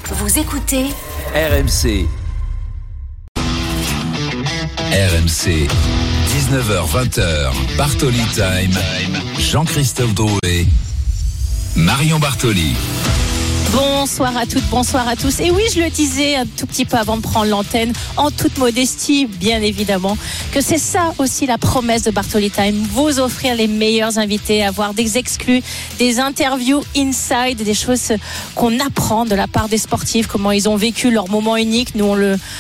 Vous écoutez RMC. RMC, 19h-20h, Bartoli Time, Jean-Christophe Drouet, Marion Bartoli. Bonsoir à toutes, bonsoir à tous. Et oui, je le disais un tout petit peu avant de prendre l'antenne, en toute modestie, bien évidemment, que c'est ça aussi la promesse de Bartoli Time, vous offrir les meilleurs invités, avoir des exclus, des interviews inside, des choses qu'on apprend de la part des sportifs, comment ils ont vécu leur moment unique. Nous,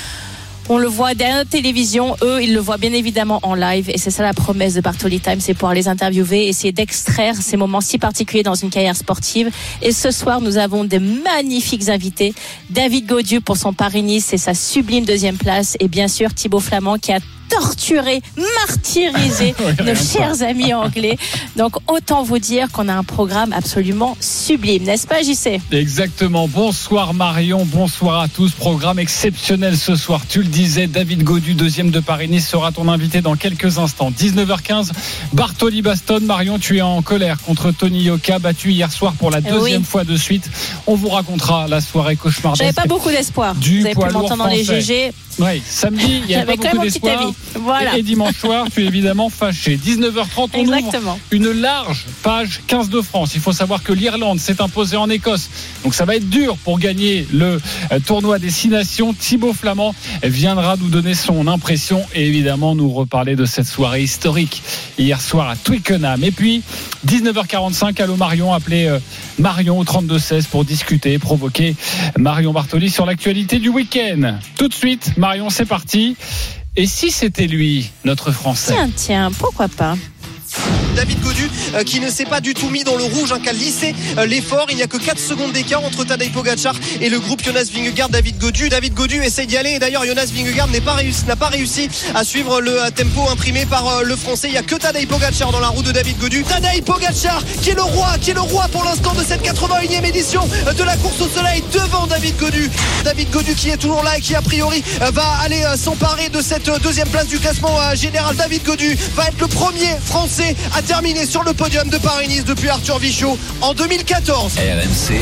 on le voit derrière la télévision, eux ils le voient bien évidemment en live, et c'est ça la promesse de Bartoli Time, c'est pouvoir les interviewer, essayer d'extraire ces moments si particuliers dans une carrière sportive. Et ce soir nous avons des magnifiques invités, David Gaudu pour son Paris-Nice et sa sublime deuxième place, et bien sûr Thibaut Flament qui a torturé, martyrisé nos chers amis anglais. Donc autant vous dire qu'on a un programme absolument sublime, n'est-ce pas JC ? Exactement, bonsoir Marion, bonsoir à tous, programme exceptionnel ce soir, tu le disais, David Gaudu, deuxième de Paris-Nice, sera ton invité dans quelques instants. 19h15, Bartoli Baston. Marion, tu es en colère contre Tony Yoka, battu hier soir pour la deuxième fois de suite. On vous racontera la soirée cauchemardesque. J'avais pas beaucoup d'espoir, du vous avez poids pu lourd m'entendre dans les GG. Oui, samedi, il y avait pas beaucoup d'espoir. Voilà. Et dimanche soir, tu es évidemment fâché. 19h30, on ouvre une large page 15 de France. Il faut savoir que l'Irlande s'est imposée en Écosse. Donc ça va être dur pour gagner le tournoi Destination. Thibaut Flament viendra nous donner son impression et évidemment nous reparler de cette soirée historique hier soir à Twickenham. Et puis 19h45, allô Marion, appelez Marion au 32-16 pour discuter, provoquer Marion Bartoli sur l'actualité du week-end. Tout de suite, Marion, c'est parti. Et si c'était lui, notre Français ? Tiens, pourquoi pas ? David Gaudu qui ne s'est pas du tout mis dans le rouge, qui a lissé l'effort. Il n'y a que 4 secondes d'écart entre Tadej Pogačar et le groupe Jonas Vingegaard. David Gaudu essaye d'y aller, et d'ailleurs Jonas Vingegaard n'a pas réussi à suivre le tempo imprimé par le Français. Il n'y a que Tadej Pogačar dans la roue de David Gaudu. Tadej Pogačar qui est le roi pour l'instant de cette 81e édition de la course au soleil devant David Gaudu. David Gaudu qui est toujours là et qui a priori va aller s'emparer de cette deuxième place du classement général. David Gaudu va être le premier Français à terminer sur le podium de Paris-Nice depuis Arthur Vichot en 2014. RMC,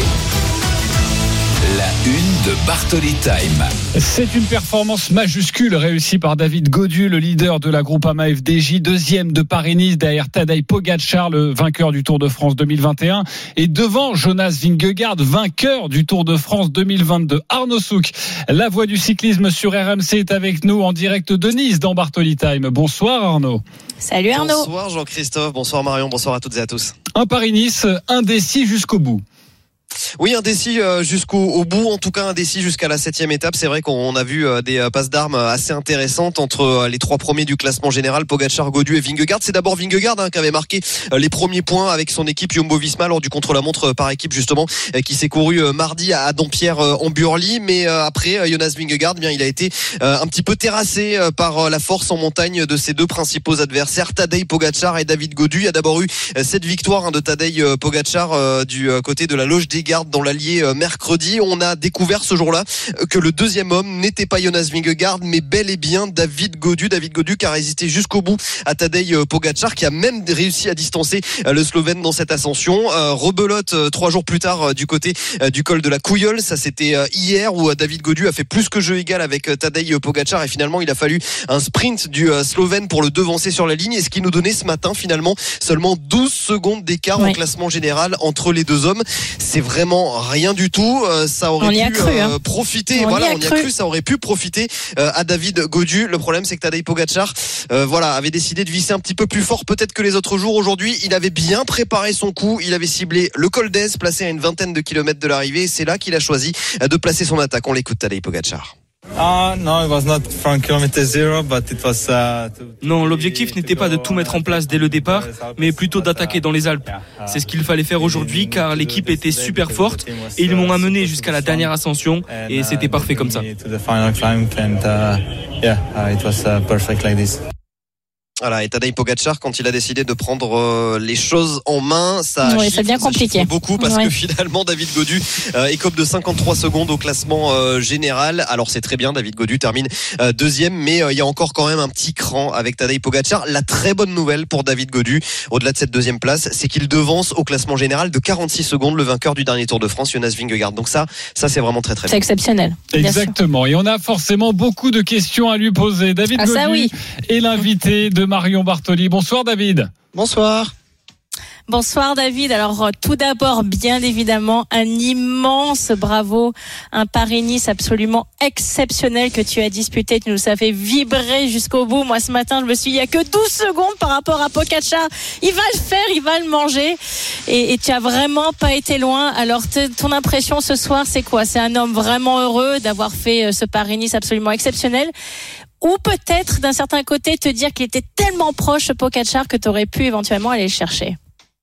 la une de Bartoli Time. C'est une performance majuscule réussie par David Gaudu, le leader de la Groupama FDJ, deuxième de Paris-Nice derrière Tadej Pogačar, le vainqueur du Tour de France 2021, et devant Jonas Vingegaard, vainqueur du Tour de France 2022. Arnaud Souk, la voix du cyclisme sur RMC, est avec nous en direct de Nice dans Bartoli Time. Bonsoir Arnaud. Salut Arnaud. Bonsoir Jean-Christophe, bonsoir Marion, bonsoir à toutes et à tous. Un Paris-Nice indécis jusqu'au bout. Oui, indécis jusqu'au bout, en tout cas indécis jusqu'à la 7e étape. C'est vrai qu'on a vu des passes d'armes assez intéressantes entre les 3 premiers du classement général, Pogačar, Gaudu et Vingegaard. C'est d'abord Vingegaard qui avait marqué les premiers points avec son équipe Jumbo-Visma lors du contre-la-montre par équipe justement, qui s'est couru mardi à Dampierre en Burly. Mais après, Jonas Vingegaard, bien, il a été un petit peu terrassé par la force en montagne de ses deux principaux adversaires, Tadej Pogačar et David Gaudu. Il y a d'abord eu cette victoire de Tadej Pogačar du côté de la Loge des Gardes dans l'Allier mercredi. On a découvert ce jour-là que le deuxième homme n'était pas Jonas Vingegaard mais bel et bien David Gaudu qui a résisté jusqu'au bout à Tadej Pogačar, qui a même réussi à distancer le Slovène dans cette ascension. Rebelote 3 jours plus tard du côté du col de la Couilleule. Ça c'était hier, où David Gaudu a fait plus que jeu égal avec Tadej Pogačar, et finalement il a fallu un sprint du Slovène pour le devancer sur la ligne, et ce qui nous donnait ce matin finalement seulement 12 secondes d'écart au classement général entre les deux hommes. C'est vraiment rien du tout. Ça aurait pu profiter. On y a cru. Ça aurait pu profiter à David Gaudu. Le problème, c'est que Tadej Pogačar, avait décidé de visser un petit peu plus fort peut-être que les autres jours. Aujourd'hui, il avait bien préparé son coup. Il avait ciblé le col d'Ez, placé à une vingtaine de kilomètres de l'arrivée. C'est là qu'il a choisi de placer son attaque. On l'écoute, Tadej Pogačar. Non, l'objectif n'était pas de tout mettre en place dès le départ, mais plutôt d'attaquer dans les Alpes. C'est ce qu'il fallait faire aujourd'hui, car l'équipe était super forte et ils m'ont amené jusqu'à la dernière ascension, et c'était parfait comme ça. Voilà, et Tadej Pogačar, quand il a décidé de prendre les choses en main, ça devient compliqué. Beaucoup parce que finalement David Gaudu écope de 53 secondes au classement général. Alors c'est très bien, David Gaudu termine deuxième, mais il y a encore quand même un petit cran avec Tadej Pogačar. La très bonne nouvelle pour David Gaudu, au-delà de cette deuxième place, c'est qu'il devance au classement général de 46 secondes le vainqueur du dernier Tour de France, Jonas Vingegaard. Donc ça c'est vraiment très très bien. C'est exceptionnel. Exactement. Et on a forcément beaucoup de questions à lui poser. David Gaudu est l'invité de Marion Bartoli. Bonsoir David. Bonsoir. Bonsoir David. Alors tout d'abord, bien évidemment, un immense bravo, un Paris-Nice absolument exceptionnel que tu as disputé. Tu nous as fait vibrer jusqu'au bout. Moi ce matin, je me suis dit, il n'y a que 12 secondes par rapport à Pogačar. Il va le faire, il va le manger. Et tu as vraiment pas été loin. Alors ton impression ce soir, c'est quoi? C'est un homme vraiment heureux d'avoir fait ce Paris-Nice absolument exceptionnel? Ou peut-être d'un certain côté te dire qu'il était tellement proche Pogačar que tu aurais pu éventuellement aller le chercher?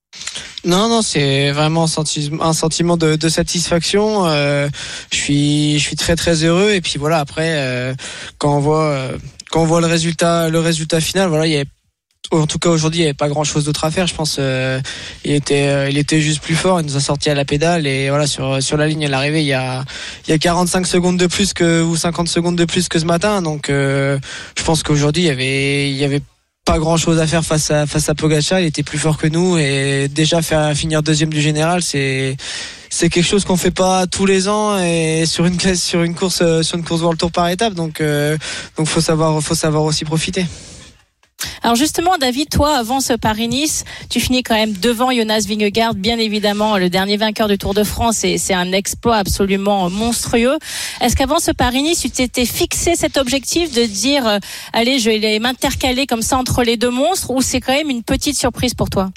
Non, c'est vraiment un sentiment de satisfaction. Je suis très très heureux. Et puis voilà, après quand on voit le résultat final, voilà, en tout cas aujourd'hui il n'y avait pas grand chose d'autre à faire. Je pense il était juste plus fort. Il nous a sorti à la pédale et voilà, sur la ligne à l'arrivée il y a 45 secondes de plus ou 50 secondes de plus que ce matin. Donc je pense qu'aujourd'hui il y avait pas grand chose à faire face à Pogačar. Il était plus fort que nous et déjà faire finir deuxième du général, c'est quelque chose qu'on fait pas tous les ans et sur une course World Tour par étape. Donc faut savoir aussi profiter. Alors justement, David, toi, avant ce Paris-Nice, tu finis quand même devant Jonas Vingegaard, bien évidemment, le dernier vainqueur du Tour de France, et c'est un exploit absolument monstrueux. Est-ce qu'avant ce Paris-Nice, tu t'étais fixé cet objectif de dire, allez, je vais m'intercaler comme ça entre les deux monstres, ou c'est quand même une petite surprise pour toi?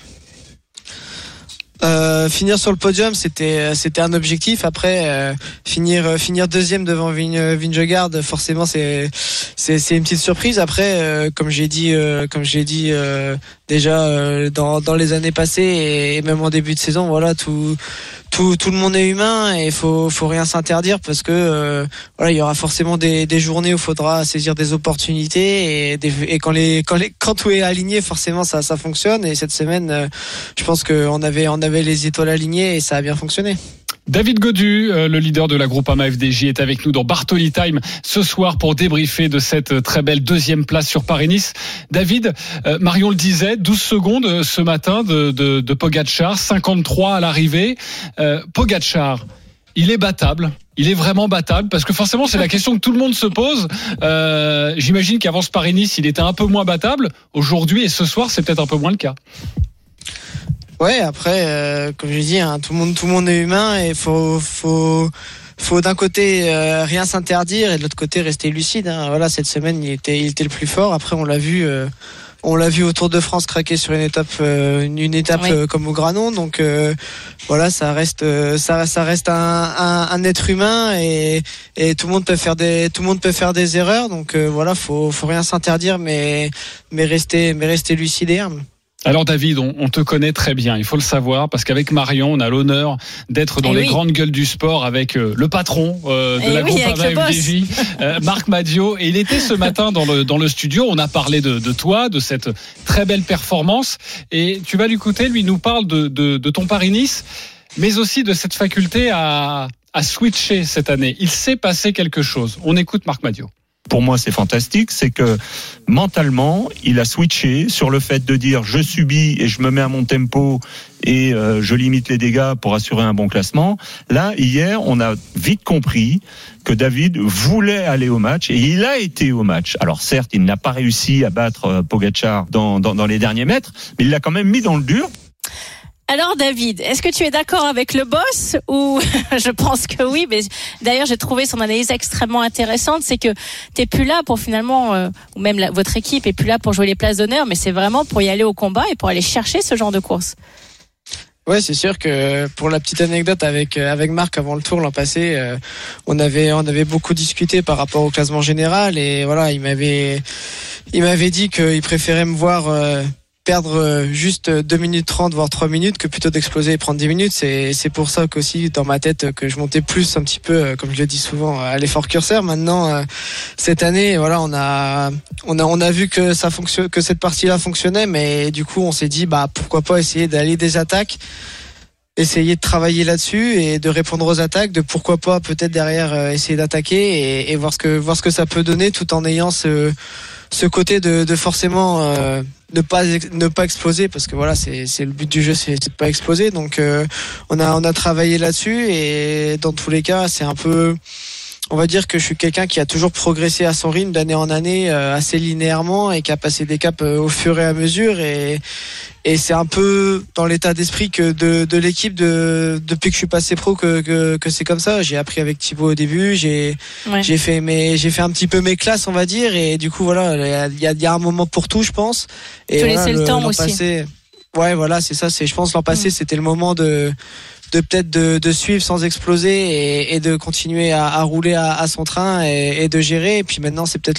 Finir sur le podium, c'était un objectif. Après, finir deuxième devant Vingegaard, forcément c'est une petite surprise. Après, comme j'ai dit déjà dans les années passées et même en début de saison, voilà, tout le monde est humain et faut rien s'interdire parce que voilà, il y aura forcément des journées où il faudra saisir des opportunités et quand tout est aligné, forcément ça fonctionne. Et cette semaine, je pense qu'on avait les étoiles alignées et ça a bien fonctionné. David Gaudu, le leader de la Groupama FDJ, est avec nous dans Bartoli Time ce soir pour débriefer de cette très belle deuxième place sur Paris-Nice. David, Marion le disait, 12 secondes ce matin de Pogačar, 53 à l'arrivée. Pogačar, il est battable. Il est vraiment battable parce que forcément c'est la question que tout le monde se pose. J'imagine qu'avant ce Paris-Nice, il était un peu moins battable. Aujourd'hui et ce soir, c'est peut-être un peu moins le cas. Ouais, après, comme je dis, tout le monde est humain et faut d'un côté rien s'interdire et de l'autre côté rester lucide. Voilà, cette semaine il était le plus fort. Après, on l'a vu au Tour de France craquer sur une étape oui. Comme au Granon. Donc voilà, ça reste un être humain et tout le monde peut faire des erreurs. Donc voilà, faut rien s'interdire, mais rester lucide et humble. Alors David, on te connaît très bien, il faut le savoir, parce qu'avec Marion, on a l'honneur d'être dans les grandes gueules du sport avec le patron de la Groupama FDJ, Marc Madiot. Et il était ce matin dans le studio, on a parlé de toi, de cette très belle performance. Et tu vas l'écouter, lui nous parle de ton Paris-Nice, mais aussi de cette faculté à switcher cette année. Il s'est passé quelque chose. On écoute Marc Madiot. Pour moi, c'est fantastique, c'est que mentalement, il a switché sur le fait de dire je subis et je me mets à mon tempo et je limite les dégâts pour assurer un bon classement. Là, hier, on a vite compris que David voulait aller au match et il a été au match. Alors certes, il n'a pas réussi à battre Pogačar dans les derniers mètres, mais il l'a quand même mis dans le dur. Alors David, est-ce que tu es d'accord avec le boss ou je pense que oui, mais d'ailleurs j'ai trouvé son analyse extrêmement intéressante, c'est que t'es plus là pour finalement, ou même votre équipe est plus là pour jouer les places d'honneur, mais c'est vraiment pour y aller au combat et pour aller chercher ce genre de course. Ouais, c'est sûr que pour la petite anecdote avec Marc avant le Tour l'an passé, on avait beaucoup discuté par rapport au classement général et voilà, il m'avait dit qu'il préférait me voir perdre juste 2 minutes 30 voire 3 minutes que plutôt d'exploser et prendre 10 minutes. C'est pour ça qu'aussi dans ma tête que je montais plus un petit peu, comme je le dis souvent, à l'effort curseur. Maintenant cette année, voilà, on a vu que ça fonctionne, que cette partie-là fonctionnait, mais du coup on s'est dit pourquoi pas essayer d'aller des attaques, essayer de travailler là-dessus et de répondre aux attaques, de pourquoi pas peut-être derrière essayer d'attaquer et voir ce que ça peut donner, tout en ayant ce côté de forcément ne pas exploser, parce que voilà, c'est le but du jeu, c'est de pas exploser. Donc on a travaillé là-dessus, et dans tous les cas, c'est un peu, on va dire que je suis quelqu'un qui a toujours progressé à son rythme d'année en année, assez linéairement, et qui a passé des caps au fur et à mesure, et c'est un peu dans l'état d'esprit que de l'équipe depuis que je suis passé pro que c'est comme ça. J'ai appris avec Thibaut au début, j'ai fait un petit peu mes classes, on va dire, et du coup voilà, il y a un moment pour tout, je pense. Et te laisser le temps aussi. Ouais, voilà, c'est ça, je pense l'an passé c'était le moment de peut-être de suivre sans exploser et de continuer à rouler à son train et de gérer. Et puis maintenant c'est peut-être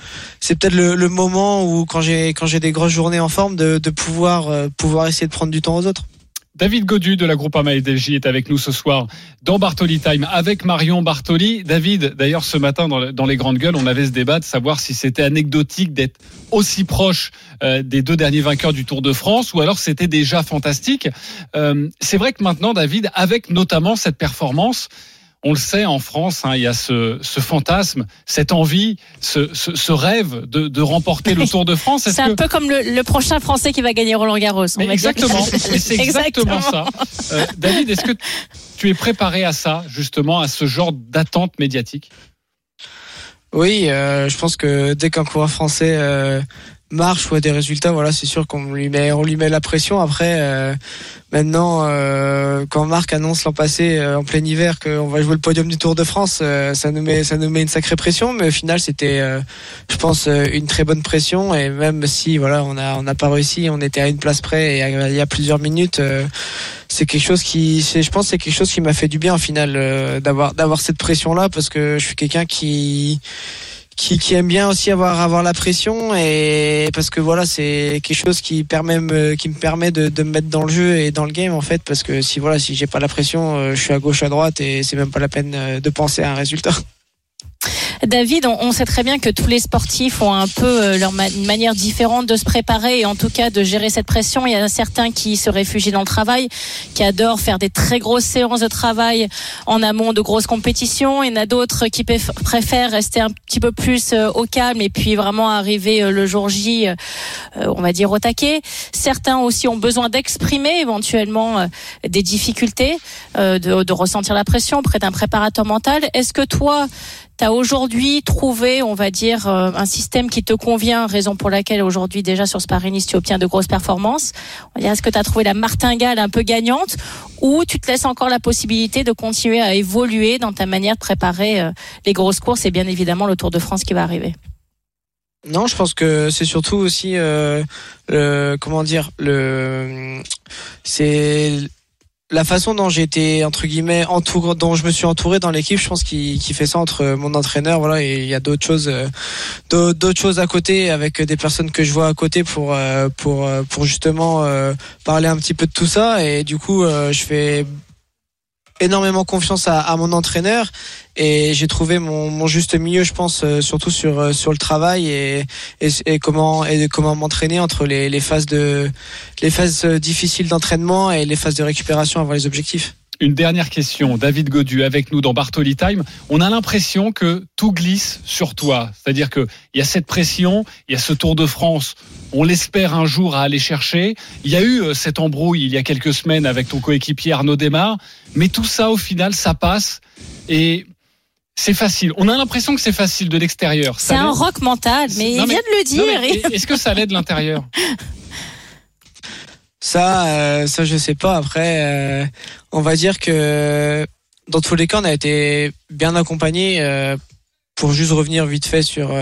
le moment où quand j'ai des grosses journées en forme de pouvoir essayer de prendre du temps aux autres. David Gaudu de la Groupama FDJ est avec nous ce soir dans Bartoli Time avec Marion Bartoli. David, d'ailleurs ce matin dans les grandes gueules, on avait ce débat de savoir si c'était anecdotique d'être aussi proche des 2 derniers vainqueurs du Tour de France, ou alors c'était déjà fantastique. C'est vrai que maintenant, David, avec notamment cette performance, on le sait, en France, il y a ce fantasme, cette envie, ce rêve de remporter le Tour de France. C'est un peu comme le prochain Français qui va gagner Roland-Garros. Exactement, c'est exactement ça. David, est-ce que tu es préparé à ça, justement, à ce genre d'attente médiatique ? Oui, je pense que dès qu'un coureur français marche ou a des résultats, voilà, c'est sûr qu'on lui met la pression. Après, maintenant, quand Marc annonce l'an passé en plein hiver qu'on va jouer le podium du Tour de France, ça nous met une sacrée pression. Mais au final, c'était, je pense, une très bonne pression. Et même si, voilà, on n'a pas réussi, on était à une place près et il y a plusieurs minutes. C'est quelque chose je pense, c'est quelque chose qui m'a fait du bien au final, d'avoir cette pression-là, parce que je suis quelqu'un qui aime bien aussi avoir la pression, et parce que voilà, c'est quelque chose qui me permet de me mettre dans le jeu et dans le game, en fait, parce que si j'ai pas la pression, je suis à gauche, à droite, et c'est même pas la peine de penser à un résultat. David, on sait très bien que tous les sportifs ont un peu une manière différente de se préparer, et en tout cas de gérer cette pression. Il y en a certains qui se réfugient dans le travail, qui adorent faire des très grosses séances de travail en amont de grosses compétitions. Il y en a d'autres qui préfèrent rester un petit peu plus au calme et puis vraiment arriver le jour J, on va dire, au taquet. Certains aussi ont besoin d'exprimer éventuellement des difficultés, de ressentir la pression auprès d'un préparateur mental. Est-ce que toi, tu as aujourd'hui trouvé, on va dire, un système qui te convient, raison pour laquelle aujourd'hui déjà sur Sparring tu obtiens de grosses performances? Est-ce que tu as trouvé la martingale un peu gagnante, ou tu te laisses encore la possibilité de continuer à évoluer dans ta manière de préparer les grosses courses et bien évidemment le Tour de France qui va arriver? Non, je pense que c'est surtout aussi c'est la façon dont j'ai été, entre guillemets, dont je me suis entouré dans l'équipe. Je pense qui fait ça entre mon entraîneur, voilà, et il y a d'autres choses à côté, avec des personnes que je vois à côté pour justement parler un petit peu de tout ça. Et du coup, je fais énormément confiance à mon entraîneur, et j'ai trouvé mon juste milieu, je pense, surtout sur le travail et comment m'entraîner entre les phases difficiles d'entraînement et les phases de récupération avant les objectifs. Une dernière question, David Gaudu avec nous dans Bartoli Time. On a l'impression que tout glisse sur toi, c'est-à-dire que il y a cette pression, il y a ce Tour de France, on l'espère un jour à aller chercher. Il y a eu cette embrouille il y a quelques semaines avec ton coéquipier Arnaud Démare, mais tout ça au final ça passe et c'est facile. On a l'impression que c'est facile de l'extérieur. C'est un rock mental, mais il vient de le dire. Est-ce que ça l'aide l'intérieur? Ça, je sais pas. Après, on va dire que dans tous les cas, on a été bien accompagnés. Pour juste revenir vite fait sur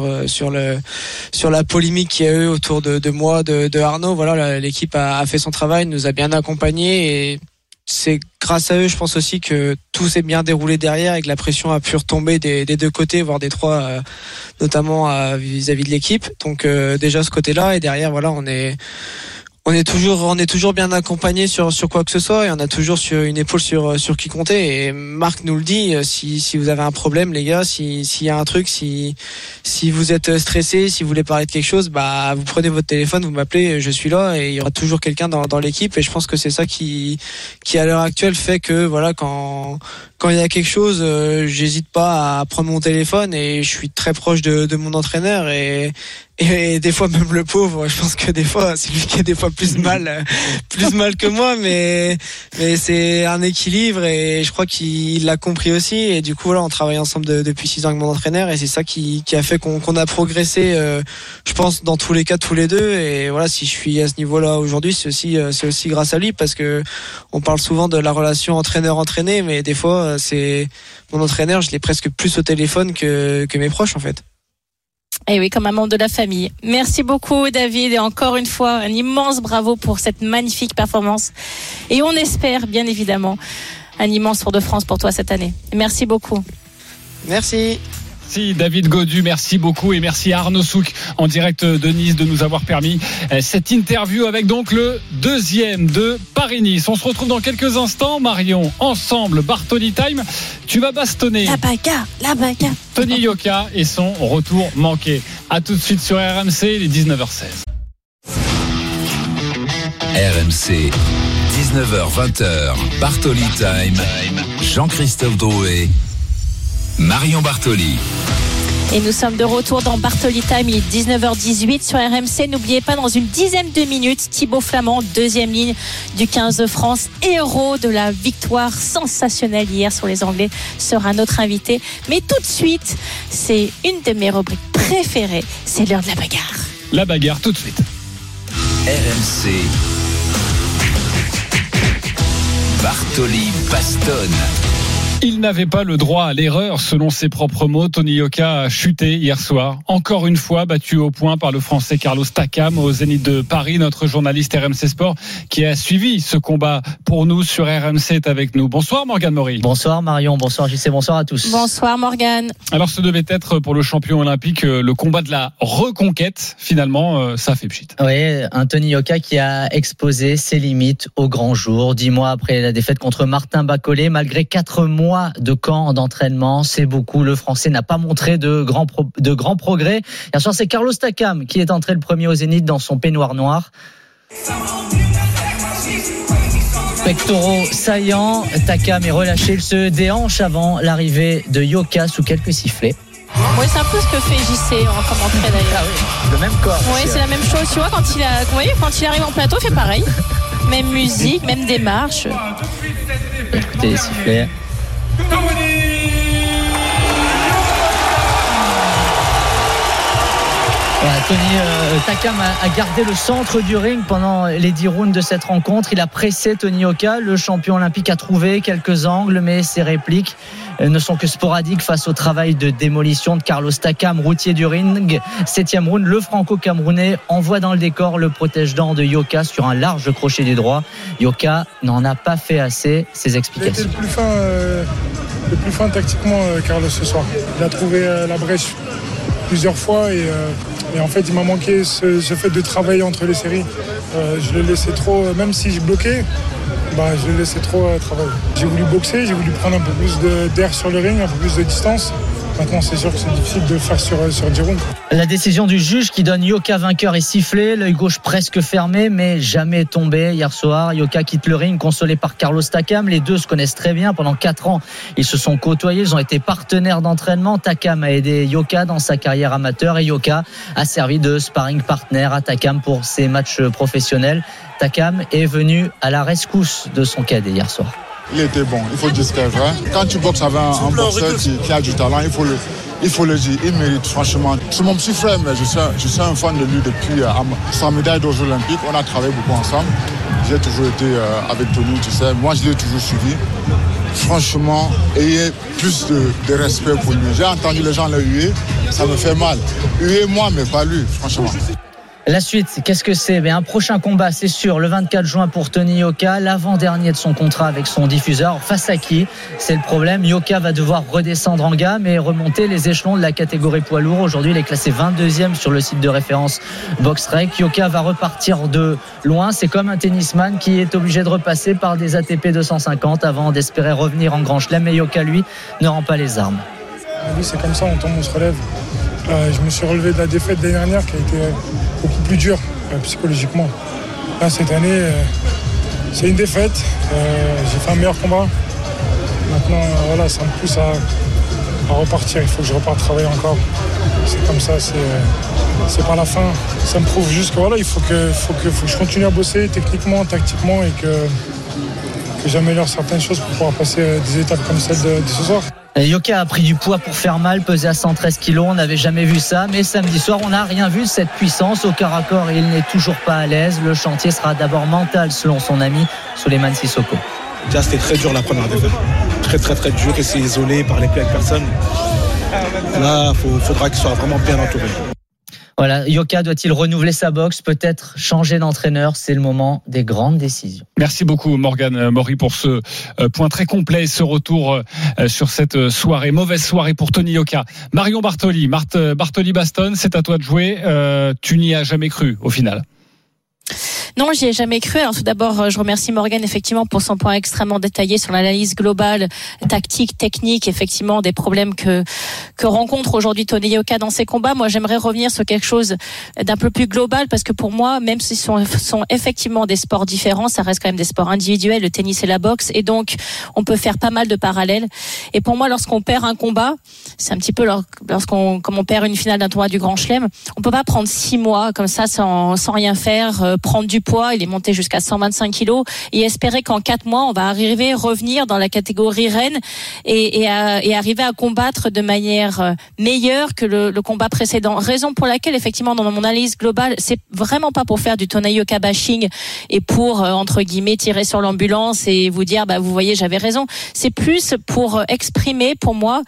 la polémique qu'il y a eu autour de moi, de Arnaud. Voilà, l'équipe a fait son travail, nous a bien accompagnés, c'est grâce à eux, je pense aussi que tout s'est bien déroulé derrière et que la pression a pu retomber des deux côtés, voire des trois, notamment vis-à-vis de l'équipe. Donc déjà ce côté-là, et derrière voilà, on est toujours bien accompagné sur quoi que ce soit, et on a toujours une épaule sur qui compter. Et Marc nous le dit, si vous avez un problème, les gars, s'il y a un truc, si vous êtes stressé, si vous voulez parler de quelque chose, bah vous prenez votre téléphone, vous m'appelez, je suis là, et il y aura toujours quelqu'un dans l'équipe. Et je pense que c'est ça qui à l'heure actuelle fait que voilà, quand il y a quelque chose, j'hésite pas à prendre mon téléphone, et je suis très proche de mon entraîneur, et des fois même le pauvre, je pense que des fois c'est lui qui a des fois plus mal que moi, mais c'est un équilibre, et je crois qu'il l'a compris aussi. Et du coup voilà, on travaille ensemble depuis 6 ans avec mon entraîneur, et c'est ça qui a fait qu'on a progressé, je pense dans tous les cas tous les deux. Et voilà, si je suis à ce niveau-là aujourd'hui, c'est aussi grâce à lui, parce que on parle souvent de la relation entraîneur-entraîné, mais des fois c'est mon entraîneur, je l'ai presque plus au téléphone que mes proches en fait. Et oui, comme un membre de la famille. Merci beaucoup David, et encore une fois un immense bravo pour cette magnifique performance, et on espère bien évidemment un immense Tour de France pour toi cette année. Merci beaucoup. Merci. Merci David Gaudu, merci beaucoup, et merci à Arnaud Souk en direct de Nice de nous avoir permis cette interview avec donc le deuxième de Paris-Nice. On se retrouve dans quelques instants, Marion, ensemble, Bartoli Time. Tu vas bastonner la bagarre Tony Yoka et son retour manqué. À tout de suite sur RMC, il est 19h16. RMC, 19h-20h, Bartoli Time, Jean-Christophe Drouet, Marion Bartoli. Et nous sommes de retour dans Bartoli Time, il est 19h18 sur RMC. N'oubliez pas, dans une dizaine de minutes, Thibaut Flamand, deuxième ligne du 15 de France, héros de la victoire sensationnelle hier sur les Anglais, sera notre invité. Mais tout de suite, c'est une de mes rubriques préférées, c'est l'heure de la bagarre. La bagarre tout de suite. RMC, Bartoli bastonne. Il n'avait pas le droit à l'erreur, selon ses propres mots. Tony Yoka a chuté hier soir. Encore une fois, battu au point par le Français Carlos Takam au Zénith de Paris. Notre journaliste RMC Sport, qui a suivi ce combat pour nous sur RMC, est avec nous. Bonsoir Morgane Maury. Bonsoir Marion, bonsoir JC, bonsoir à tous. Bonsoir Morgane. Alors ce devait être pour le champion olympique le combat de la reconquête. Finalement, ça fait pchit. Oui, un Tony Yoka qui a exposé ses limites au grand jour. 10 mois après la défaite contre Martin Bacolé, malgré 4 mois de camp d'entraînement, c'est beaucoup. Le Français n'a pas montré de grands progrès. Bien sûr, c'est Carlos Takam qui est entré le premier au Zénith dans son peignoir noir. Pectoraux saillants, Takam est relâché, il se déhanche avant l'arrivée de Yoka sous quelques sifflets. Oui, c'est un peu ce que fait JC en commentaire d'ailleurs. Ah oui, le même corps. Oui, c'est la même chose. Tu vois, quand il arrive en plateau, il fait pareil. Même musique, même démarche. Écoutez les sifflets. Voilà, Tony Takam a gardé le centre du ring pendant les 10 rounds de cette rencontre. Il a pressé Tony Yoka. Le champion olympique a trouvé quelques angles, mais ses répliques ne sont que sporadiques face au travail de démolition de Carlos Takam, routier du ring. 7e round, le franco-camerounais envoie dans le décor le protège-dents de Yoka sur un large crochet du droit. Yoka n'en a pas fait assez. Ses explications. Il a été le plus fin tactiquement, Carlos, ce soir. Il a trouvé la brèche plusieurs fois, et en fait il m'a manqué ce fait de travailler entre les séries. Je le laissais trop, même si je bloquais, je le laissais trop travailler. J'ai voulu boxer, j'ai voulu prendre un peu plus d'air sur le ring, un peu plus de distance. Maintenant, c'est sûr que c'est difficile de le faire sur 10 rounds. La décision du juge qui donne Yoka vainqueur est sifflée, l'œil gauche presque fermé, mais jamais tombé. Hier soir, Yoka quitte le ring, consolé par Carlos Takam. Les deux se connaissent très bien. Pendant 4 ans, ils se sont côtoyés, ils ont été partenaires d'entraînement. Takam a aidé Yoka dans sa carrière amateur, et Yoka a servi de sparring partner à Takam pour ses matchs professionnels. Takam est venu à la rescousse de son cadet hier soir. Il était bon, il faut dire ce qu'il est vrai. Quand tu boxes avec un boxeur qui a du talent, il faut le dire. Il mérite franchement. C'est mon petit frère, mais je suis un fan de lui depuis sa médaille d'or olympique. On a travaillé beaucoup ensemble. J'ai toujours été avec Tony, tu sais. Moi, je l'ai toujours suivi. Franchement, ayez plus de respect pour lui. J'ai entendu les gens le huer, ça me fait mal. Huer moi, mais pas lui, franchement. La suite, qu'est-ce que c'est? Un prochain combat, c'est sûr, le 24 juin pour Tony Yoka, l'avant-dernier de son contrat avec son diffuseur. Face à qui? C'est le problème. Yoka va devoir redescendre en gamme et remonter les échelons de la catégorie poids lourd. Aujourd'hui, il est classé 22e sur le site de référence BoxRec. Yoka va repartir de loin. C'est comme un tennisman qui est obligé de repasser par des ATP 250 avant d'espérer revenir en Grand Chelem. Mais Yoka, lui, ne rend pas les armes. Oui, c'est comme ça, on tombe, on se relève. Je me suis relevé de la défaite l'année dernière qui a été beaucoup plus dure psychologiquement. Là, cette année, c'est une défaite. J'ai fait un meilleur combat. Maintenant, voilà, ça me pousse à repartir. Il faut que je reparte travailler encore. C'est comme ça, c'est pas la fin. Ça me prouve juste que voilà, il faut que je continue à bosser techniquement, tactiquement et que j'améliore certaines choses pour pouvoir passer des étapes comme celle de ce soir. Yoka a pris du poids pour faire mal, pesé à 113 kg, on n'avait jamais vu ça, mais samedi soir on n'a rien vu de cette puissance. Au corps à corps, il n'est toujours pas à l'aise. Le chantier sera d'abord mental selon son ami Souleymane Sissoko. Déjà c'était très dur la première défaite, très dur, et c'est isolé, parler plus avec personne. Là il faudra qu'il soit vraiment bien entouré. Voilà, Yoka doit-il renouveler sa boxe, peut-être changer d'entraîneur? C'est le moment des grandes décisions. Merci beaucoup Morgane Maury pour ce point très complet, ce retour sur cette soirée. Mauvaise soirée pour Tony Yoka. Marion Bartoli, Bartoli-Baston, c'est à toi de jouer. Tu n'y as jamais cru au final? Non, j'y ai jamais cru. Alors tout d'abord, je remercie Morgane effectivement pour son point extrêmement détaillé sur l'analyse globale, tactique, technique, effectivement des problèmes que rencontre aujourd'hui Tony Yoka dans ses combats. Moi, j'aimerais revenir sur quelque chose d'un peu plus global parce que pour moi, même si ce sont effectivement des sports différents, ça reste quand même des sports individuels, le tennis et la boxe, et donc on peut faire pas mal de parallèles. Et pour moi, lorsqu'on perd un combat, c'est un petit peu comme on perd une finale d'un tournoi du Grand Chelem, on peut pas prendre 6 mois comme ça sans rien faire, prendre du poids, il est monté jusqu'à 125 kilos et espérer qu'en 4 mois on va revenir dans la catégorie reine et arriver à combattre de manière meilleure que le combat précédent. Raison pour laquelle effectivement dans mon analyse globale, c'est vraiment pas pour faire du Tony Yoka bashing et pour entre guillemets tirer sur l'ambulance et vous dire vous voyez j'avais raison. C'est plus pour exprimer pour moi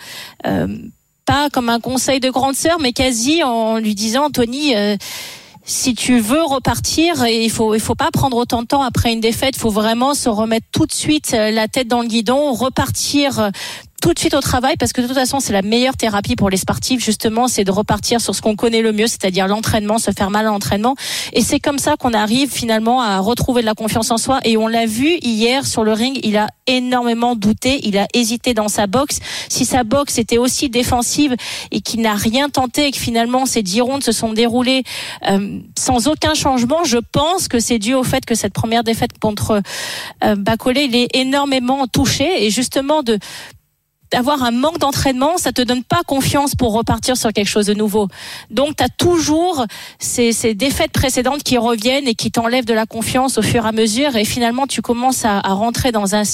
pas comme un conseil de grande sœur mais quasi en lui disant Tony si tu veux repartir, il faut pas prendre autant de temps après une défaite. Il faut vraiment se remettre tout de suite la tête dans le guidon, repartir tout de suite au travail parce que de toute façon c'est la meilleure thérapie pour les sportifs justement, c'est de repartir sur ce qu'on connaît le mieux, c'est-à-dire l'entraînement, se faire mal à l'entraînement, et c'est comme ça qu'on arrive finalement à retrouver de la confiance en soi. Et on l'a vu hier sur le ring, il a énormément douté, il a hésité dans sa boxe. Si sa boxe était aussi défensive et qu'il n'a rien tenté et que finalement ces 10 rounds se sont déroulés sans aucun changement, je pense que c'est dû au fait que cette première défaite contre Bacolé, il est énormément touché, et justement d'avoir un manque d'entraînement, ça te donne pas confiance pour repartir sur quelque chose de nouveau. Donc tu as toujours ces défaites précédentes qui reviennent et qui t'enlèvent de la confiance au fur et à mesure, et finalement tu commences à rentrer dans un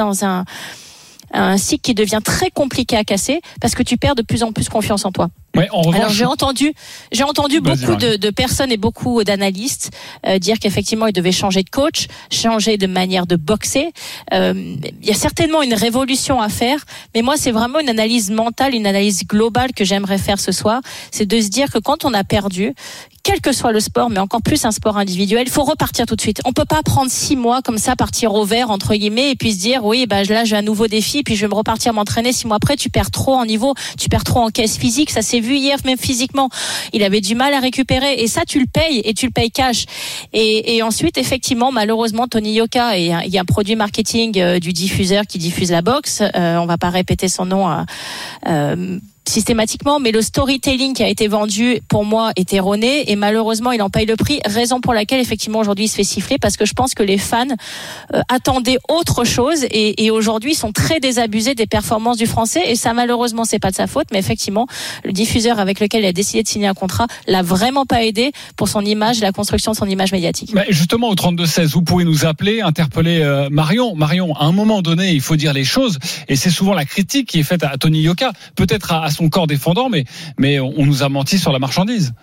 cycle qui devient très compliqué à casser parce que tu perds de plus en plus confiance en toi. Ouais, en revanche, alors j'ai entendu beaucoup de personnes et beaucoup d'analystes dire qu'effectivement il devait changer de coach, changer de manière de boxer. Il y a certainement une révolution à faire, mais moi c'est vraiment une analyse mentale, une analyse globale que j'aimerais faire ce soir. C'est de se dire que quand on a perdu, quel que soit le sport, mais encore plus un sport individuel, il faut repartir tout de suite. On peut pas prendre 6 mois comme ça, partir au vert entre guillemets, et puis se dire oui là j'ai un nouveau défi, puis je vais me repartir m'entraîner. 6 mois après, tu perds trop en niveau, tu perds trop en caisse physique. Ça s'est vu hier, même physiquement, il avait du mal à récupérer, et ça tu le payes, et tu le payes cash. Et ensuite effectivement malheureusement Tony Yoka, il y a un produit marketing du diffuseur qui diffuse la boxe, on va pas répéter son nom systématiquement, mais le storytelling qui a été vendu pour moi est erroné, et malheureusement il en paye le prix, raison pour laquelle effectivement aujourd'hui il se fait siffler, parce que je pense que les fans attendaient autre chose, et aujourd'hui ils sont très désabusés des performances du français, et ça malheureusement c'est pas de sa faute, mais effectivement le diffuseur avec lequel il a décidé de signer un contrat l'a vraiment pas aidé pour son image, la construction de son image médiatique. Justement au 32-16 vous pouvez nous appeler, interpeller Marion, à un moment donné il faut dire les choses, et c'est souvent la critique qui est faite à Tony Yoka, peut-être à son corps défendant, mais on nous a menti sur la marchandise.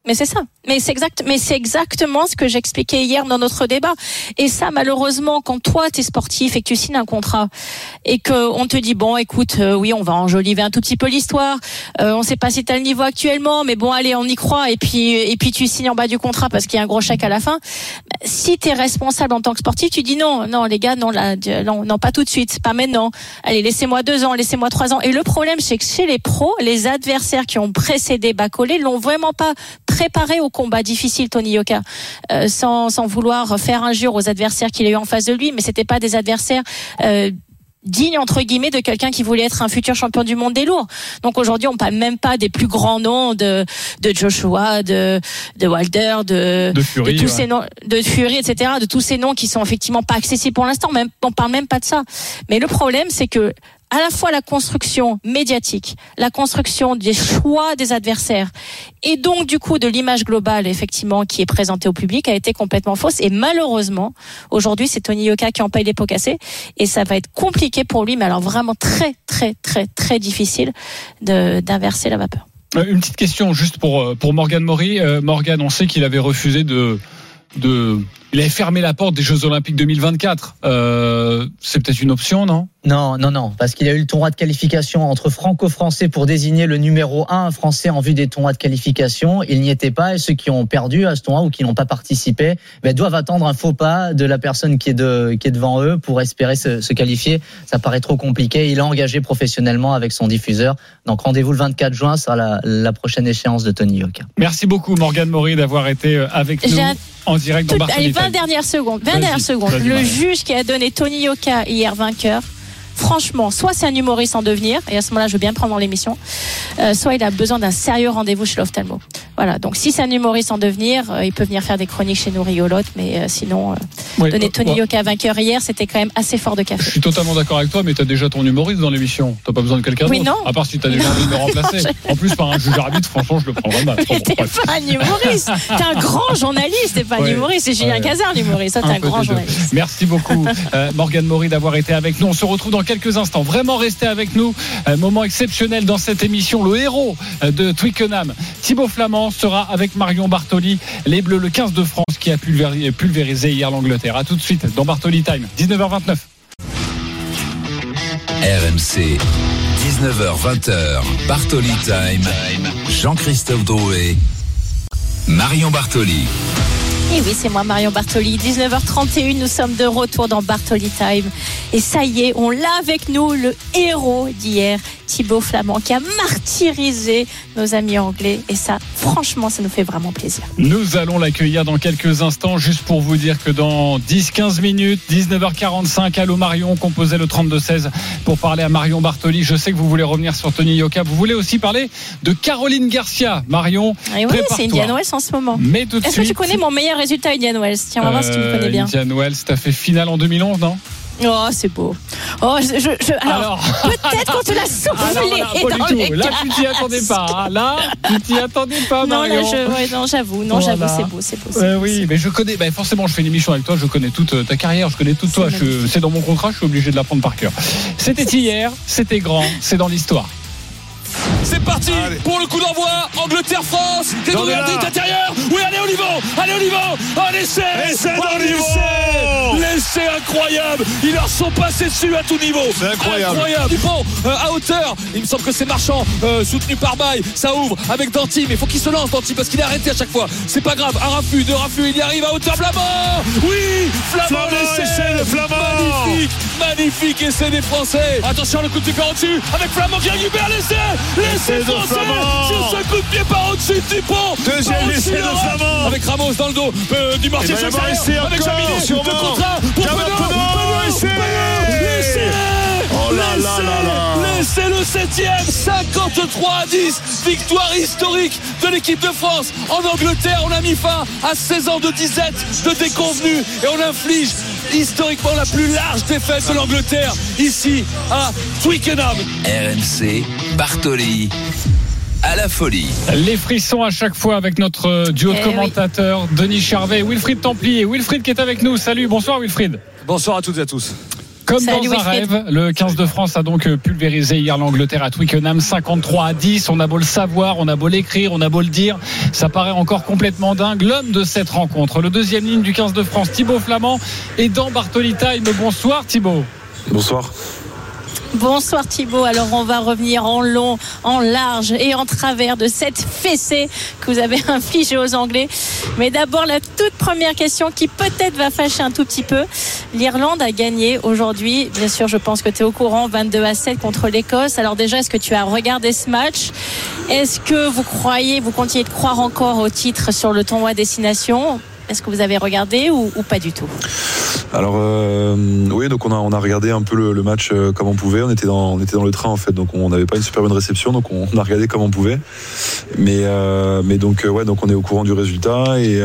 Mais c'est ça. Mais c'est exactement ce que j'expliquais hier dans notre débat. Et ça, malheureusement, quand toi, t'es sportif et que tu signes un contrat et que on te dit, bon, écoute, oui, on va enjoliver un tout petit peu l'histoire. On sait pas si t'as le niveau actuellement, mais bon, allez, on y croit. Et puis tu signes en bas du contrat parce qu'il y a un gros chèque à la fin. Si t'es responsable en tant que sportif, tu dis non, les gars, non, pas tout de suite, pas maintenant. Allez, laissez-moi 2 ans, laissez-moi 3 ans. Et le problème, c'est que chez les pros, les adversaires qui ont précédé Baccolé l'ont vraiment pas préparé au combat difficile, Tony Yoka, sans vouloir faire injure aux adversaires qu'il a eu en face de lui, mais c'était pas des adversaires digne entre guillemets de quelqu'un qui voulait être un futur champion du monde des lourds. Donc aujourd'hui, on parle même pas des plus grands noms de Joshua, de Wilder, de Fury, de tous ces noms, de Fury, etc., de tous ces noms qui sont effectivement pas accessibles pour l'instant. Même on parle même pas de ça. Mais le problème, c'est que à la fois la construction médiatique, la construction des choix des adversaires et donc du coup de l'image globale effectivement qui est présentée au public a été complètement fausse et malheureusement aujourd'hui c'est Tony Yoka qui en paye les pots cassés et ça va être compliqué pour lui mais alors vraiment très très très très difficile d'inverser la vapeur. Une petite question juste pour Morgan Mori. Morgan, on sait qu'il avait refusé il avait fermé la porte des Jeux Olympiques 2024. C'est peut-être une option, non ? Non, parce qu'il y a eu le tournoi de qualification entre franco-français pour désigner le numéro 1 français en vue des tournois de qualification. Il n'y était pas et ceux qui ont perdu à ce tournoi ou qui n'ont pas participé doivent attendre un faux pas de la personne qui est devant eux pour espérer se qualifier. Ça paraît trop compliqué. Il est engagé professionnellement avec son diffuseur. Donc rendez-vous le 24 juin, ça sera la prochaine échéance de Tony Yoka. Merci beaucoup Morgan Mori d'avoir été avec nous en direct dans Bartoli Time. 20 dernières secondes. Le juge qui a donné Tony Yoka hier vainqueur, franchement, soit c'est un humoriste en devenir, et à ce moment-là, je veux bien le prendre dans l'émission, soit il a besoin d'un sérieux rendez-vous chez l'ophtalmo. Voilà, donc si c'est un humoriste en devenir, il peut venir faire des chroniques chez nous rigolotes, mais sinon, donner Tony Yoka vainqueur hier, c'était quand même assez fort de café. Je suis totalement d'accord avec toi, mais t'as déjà ton humoriste dans l'émission. T'as pas besoin de quelqu'un d'autre. Non. À part si t'as déjà envie de me remplacer. En plus, par un juge arbitre, franchement, je le prendrais mal. T'es pas un humoriste. T'es un grand journaliste, t'es pas un humoriste. C'est Julien Cazard, l'humoriste. Toi, t'es un grand journaliste. Merci beaucoup, Morgan Mori, d'avoir été avec nous. On se retrouve dans quelques instants. Vraiment, restez avec nous. Moment exceptionnel dans cette émission. Le héros de Twickenham, Thibaut Flamand, sera avec Marion Bartoli, les Bleus, le 15 de France qui a pulvérisé hier l'Angleterre. À tout de suite dans Bartoli Time, 19h29. RMC, 19h20, Bartoli Time, Jean-Christophe Drouet, Marion Bartoli. Et oui, c'est moi Marion Bartoli, 19h31, nous sommes de retour dans Bartoli Time. Et ça y est, on l'a avec nous, le héros d'hier, Thibaut Flamand, qui a martyrisé nos amis anglais. Et ça, franchement, ça nous fait vraiment plaisir. Nous allons l'accueillir dans quelques instants, juste pour vous dire que dans 10-15 minutes, 19h45, allô Marion, composez le 32-16 pour parler à Marion Bartoli. Je sais que vous voulez revenir sur Tony Yoka. Vous voulez aussi parler de Caroline Garcia. Marion, et oui, c'est Indian Wells en ce moment. Mais tout de Est-ce que tu connais mon meilleur résultat Indian Wells? Tiens, on va voir si tu me connais bien. Indian Wells, t'as fait finale en 2011, non? Oh, c'est beau. Oh, alors peut-être qu'on te l'a soufflé dans les là, tu t'y attendais pas. Hein. Là, tu t'y attendais pas, Marion. J'avoue, c'est beau. Oui, mais je connais. Forcément, je fais une émission avec toi. Je connais toute ta carrière. Je connais tout toi. C'est dans mon contrat. Je suis obligé de l'apprendre par cœur. C'était hier. C'était grand. C'est dans l'histoire. C'est parti pour le coup d'envoi. Angleterre-France. Teddy intérieur. Oui, allez au niveau. Oh, l'essai incroyable. Ils leur sont passés dessus à tout niveau. C'est incroyable. Dupont à hauteur. Il me semble que c'est Marchand soutenu par Baye. Ça ouvre avec Danty. Mais il faut qu'il se lance, Danty, parce qu'il est arrêté à chaque fois. C'est pas grave. Un raffut, 2 raffus. Il y arrive à hauteur. Flamand. Oui, Flamand l'essai. Flamand. Magnifique essai des Français. Attention, le coup de pied par au-dessus. Avec Flamand qui récupère l'essai français. Sur ce coup de pied par au-dessus de Dupont. Deuxième essai de Flamand. Avec Ramos dans le dos du Martial. Avec Jaminet de contrat pour Penaud. L'essai. Oh là là. L'essai, le 7e. 53-10. Victoire historique de l'équipe de France en Angleterre. On a mis fin à 16 ans de disette, de déconvenue, et on inflige historiquement la plus large défaite de l'Angleterre ici à Twickenham. RMC, Bartoli, à la folie. Les frissons à chaque fois avec notre duo de commentateurs, Denis Charvet et Wilfried Templier. Wilfried qui est avec nous. Salut, bonsoir Wilfried. Bonsoir à toutes et à tous. Comme Salut, dans un rêve, le 15 de France a donc pulvérisé hier l'Angleterre à Twickenham 53-10. On a beau le savoir, on a beau l'écrire, on a beau le dire, ça paraît encore complètement dingue. L'homme de cette rencontre, le deuxième ligne du 15 de France, Thibaut Flamand, est dans Bartoli Time. Bonsoir Thibaut. Bonsoir. Bonsoir Thibaut, alors on va revenir en long, en large et en travers de cette fessée que vous avez infligée aux Anglais. Mais d'abord la toute première question qui peut-être va fâcher un tout petit peu. L'Irlande a gagné aujourd'hui, bien sûr je pense que tu es au courant, 22-7 contre l'Écosse. Alors déjà, est-ce que tu as regardé ce match ? Est-ce que vous continuez de croire encore au titre sur le tournoi Destination ? Est-ce que vous avez regardé ou pas du tout ? Alors oui, donc on a regardé un peu le match comme on pouvait. On était dans le train en fait, donc on n'avait pas une super bonne réception, donc on a regardé comme on pouvait. Mais donc on est au courant du résultat et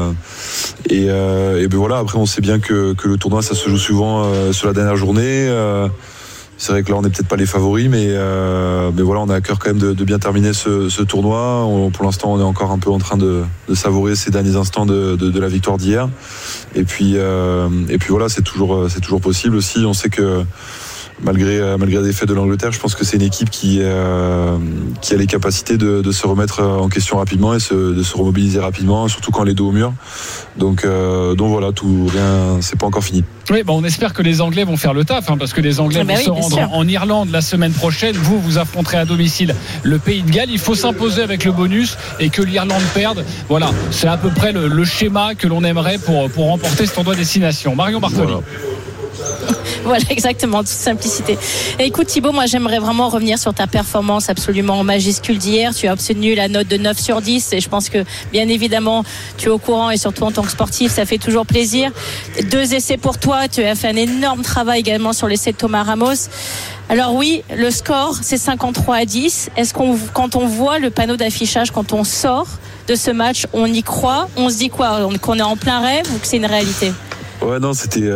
ben voilà. Après, on sait bien que le tournoi ça se joue souvent sur la dernière journée. C'est vrai que là on n'est peut-être pas les favoris, mais voilà, on a à cœur quand même de bien terminer ce tournoi. Pour l'instant, on est encore un peu en train de savourer ces derniers instants de la victoire d'hier. Et puis voilà, c'est toujours possible aussi. On sait que malgré les défaites de l'Angleterre, je pense que c'est une équipe qui a les capacités de se remettre en question rapidement et de se remobiliser rapidement, surtout quand elle est dos au mur. Donc voilà, c'est pas encore fini. Oui, on espère que les Anglais vont faire le taf, parce que les Anglais vont se rendre en Irlande la semaine prochaine. Vous affronterez à domicile le Pays de Galles. Il faut s'imposer avec le bonus et que l'Irlande perde. Voilà, c'est à peu près le schéma que l'on aimerait pour remporter ce tournoi Destination. Marion Bartoli. Voilà, exactement, toute simplicité. Et écoute Thibaut, moi j'aimerais vraiment revenir sur ta performance absolument majuscule d'hier. Tu as obtenu la note de 9 sur 10 et je pense que bien évidemment tu es au courant et surtout en tant que sportif ça fait toujours plaisir. 2 essais pour toi, tu as fait un énorme travail également sur l'essai de Thomas Ramos. Alors oui, le score c'est 53-10. Est-ce quand on voit le panneau d'affichage, quand on sort de ce match, on y croit, on se dit quoi, qu'on est en plein rêve ou que c'est une réalité ? Ouais, non, c'était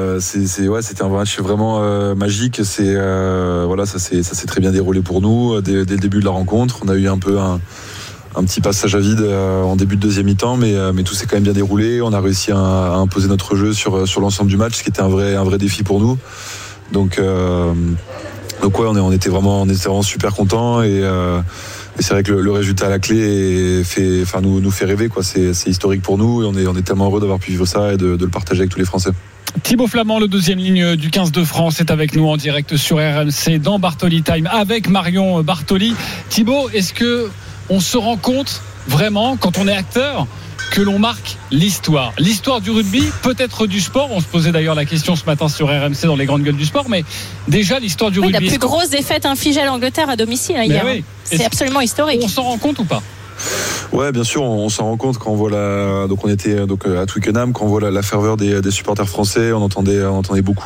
un match vraiment magique. Ça s'est très bien déroulé pour nous dès le début de la rencontre. On a eu un peu un petit passage à vide en début de deuxième mi-temps, mais tout s'est quand même bien déroulé. On a réussi à imposer notre jeu sur l'ensemble du match, ce qui était un vrai défi pour nous. Donc ouais, on était vraiment super contents et c'est vrai que le résultat à la clé nous fait rêver, quoi. C'est historique pour nous et on est tellement heureux d'avoir pu vivre ça et de le partager avec tous les Français. Thibaut Flamand, le deuxième ligne du 15 de France, est avec nous en direct sur RMC dans Bartoli Time avec Marion Bartoli. Thibaut, est-ce que on se rend compte vraiment quand on est acteur que l'on marque l'histoire du rugby, peut-être du sport? On se posait d'ailleurs la question ce matin sur RMC dans les grandes gueules du sport, mais déjà l'histoire du rugby. La plus grosse défaite infligée à l'Angleterre à domicile hier. Oui. C'est absolument historique. On s'en rend compte ou pas? Ouais, bien sûr, on s'en rend compte quand on voit donc on était à Twickenham, quand on voit la ferveur des supporters français. On entendait beaucoup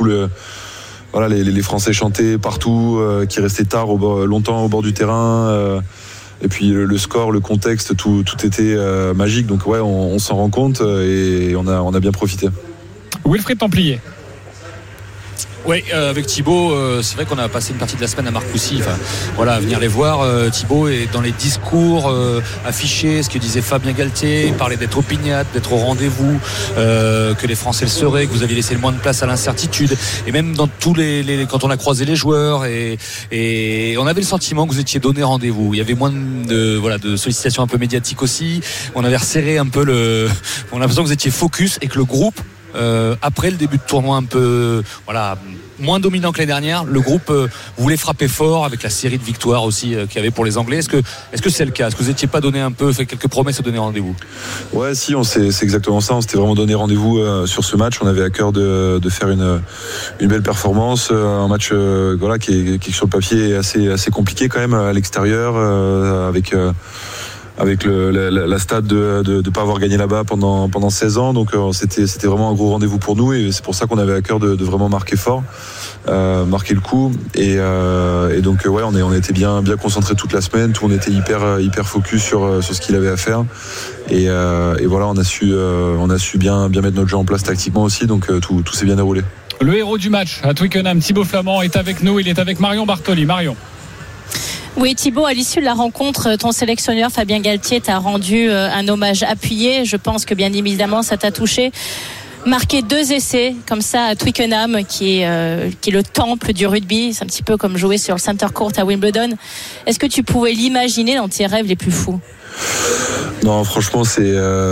les Français chanter partout, qui restaient longtemps au bord du terrain. Et puis le score, le contexte, tout était magique. Donc ouais, on s'en rend compte et on a bien profité. Wilfried Templier. Oui, avec Thibaut, c'est vrai qu'on a passé une partie de la semaine à Marcoussis. À venir les voir. Thibaut est dans les discours affichés, ce que disait Fabien Galtier. Il parlait d'être opiniâtre, d'être au rendez-vous, que les Français le seraient, que vous aviez laissé le moins de place à l'incertitude. Et même dans tous quand on a croisé les joueurs, et on avait le sentiment que vous étiez donné rendez-vous. Il y avait moins de sollicitations un peu médiatiques aussi. On avait resserré un peu on a l'impression que vous étiez focus et que le groupe, après le début de tournoi un peu moins dominant que l'année dernière, le groupe voulait frapper fort avec la série de victoires aussi qu'il y avait pour les Anglais. Est-ce que c'est le cas? Est-ce que vous n'étiez pas fait quelques promesses à donner rendez-vous? Ouais, si, c'est exactement ça. On s'était vraiment donné rendez-vous sur ce match. On avait à cœur de faire une belle performance, un match qui sur le papier est assez compliqué quand même à l'extérieur, avec la stat de pas avoir gagné là-bas pendant 16 ans. Donc c'était vraiment un gros rendez-vous pour nous et c'est pour ça qu'on avait à cœur de vraiment marquer fort, marquer le coup et donc ouais, on était bien concentrés toute la semaine. On était hyper focus sur ce qu'il avait à faire et voilà, on a su bien mettre notre jeu en place tactiquement aussi. Donc tout s'est bien déroulé. Le héros du match à Twickenham, Thibaut Flamand, est avec nous. Il est avec Marion Bartoli. Marion. Oui, Thibaut, à l'issue de la rencontre, ton sélectionneur Fabien Galtier t'a rendu un hommage appuyé. Je pense que bien évidemment ça t'a touché. marqué 2 essais comme ça à Twickenham, qui est le temple du rugby. C'est un petit peu comme jouer sur le Center Court à Wimbledon. Est-ce que tu pouvais l'imaginer dans tes rêves les plus fous? Non, franchement, c'était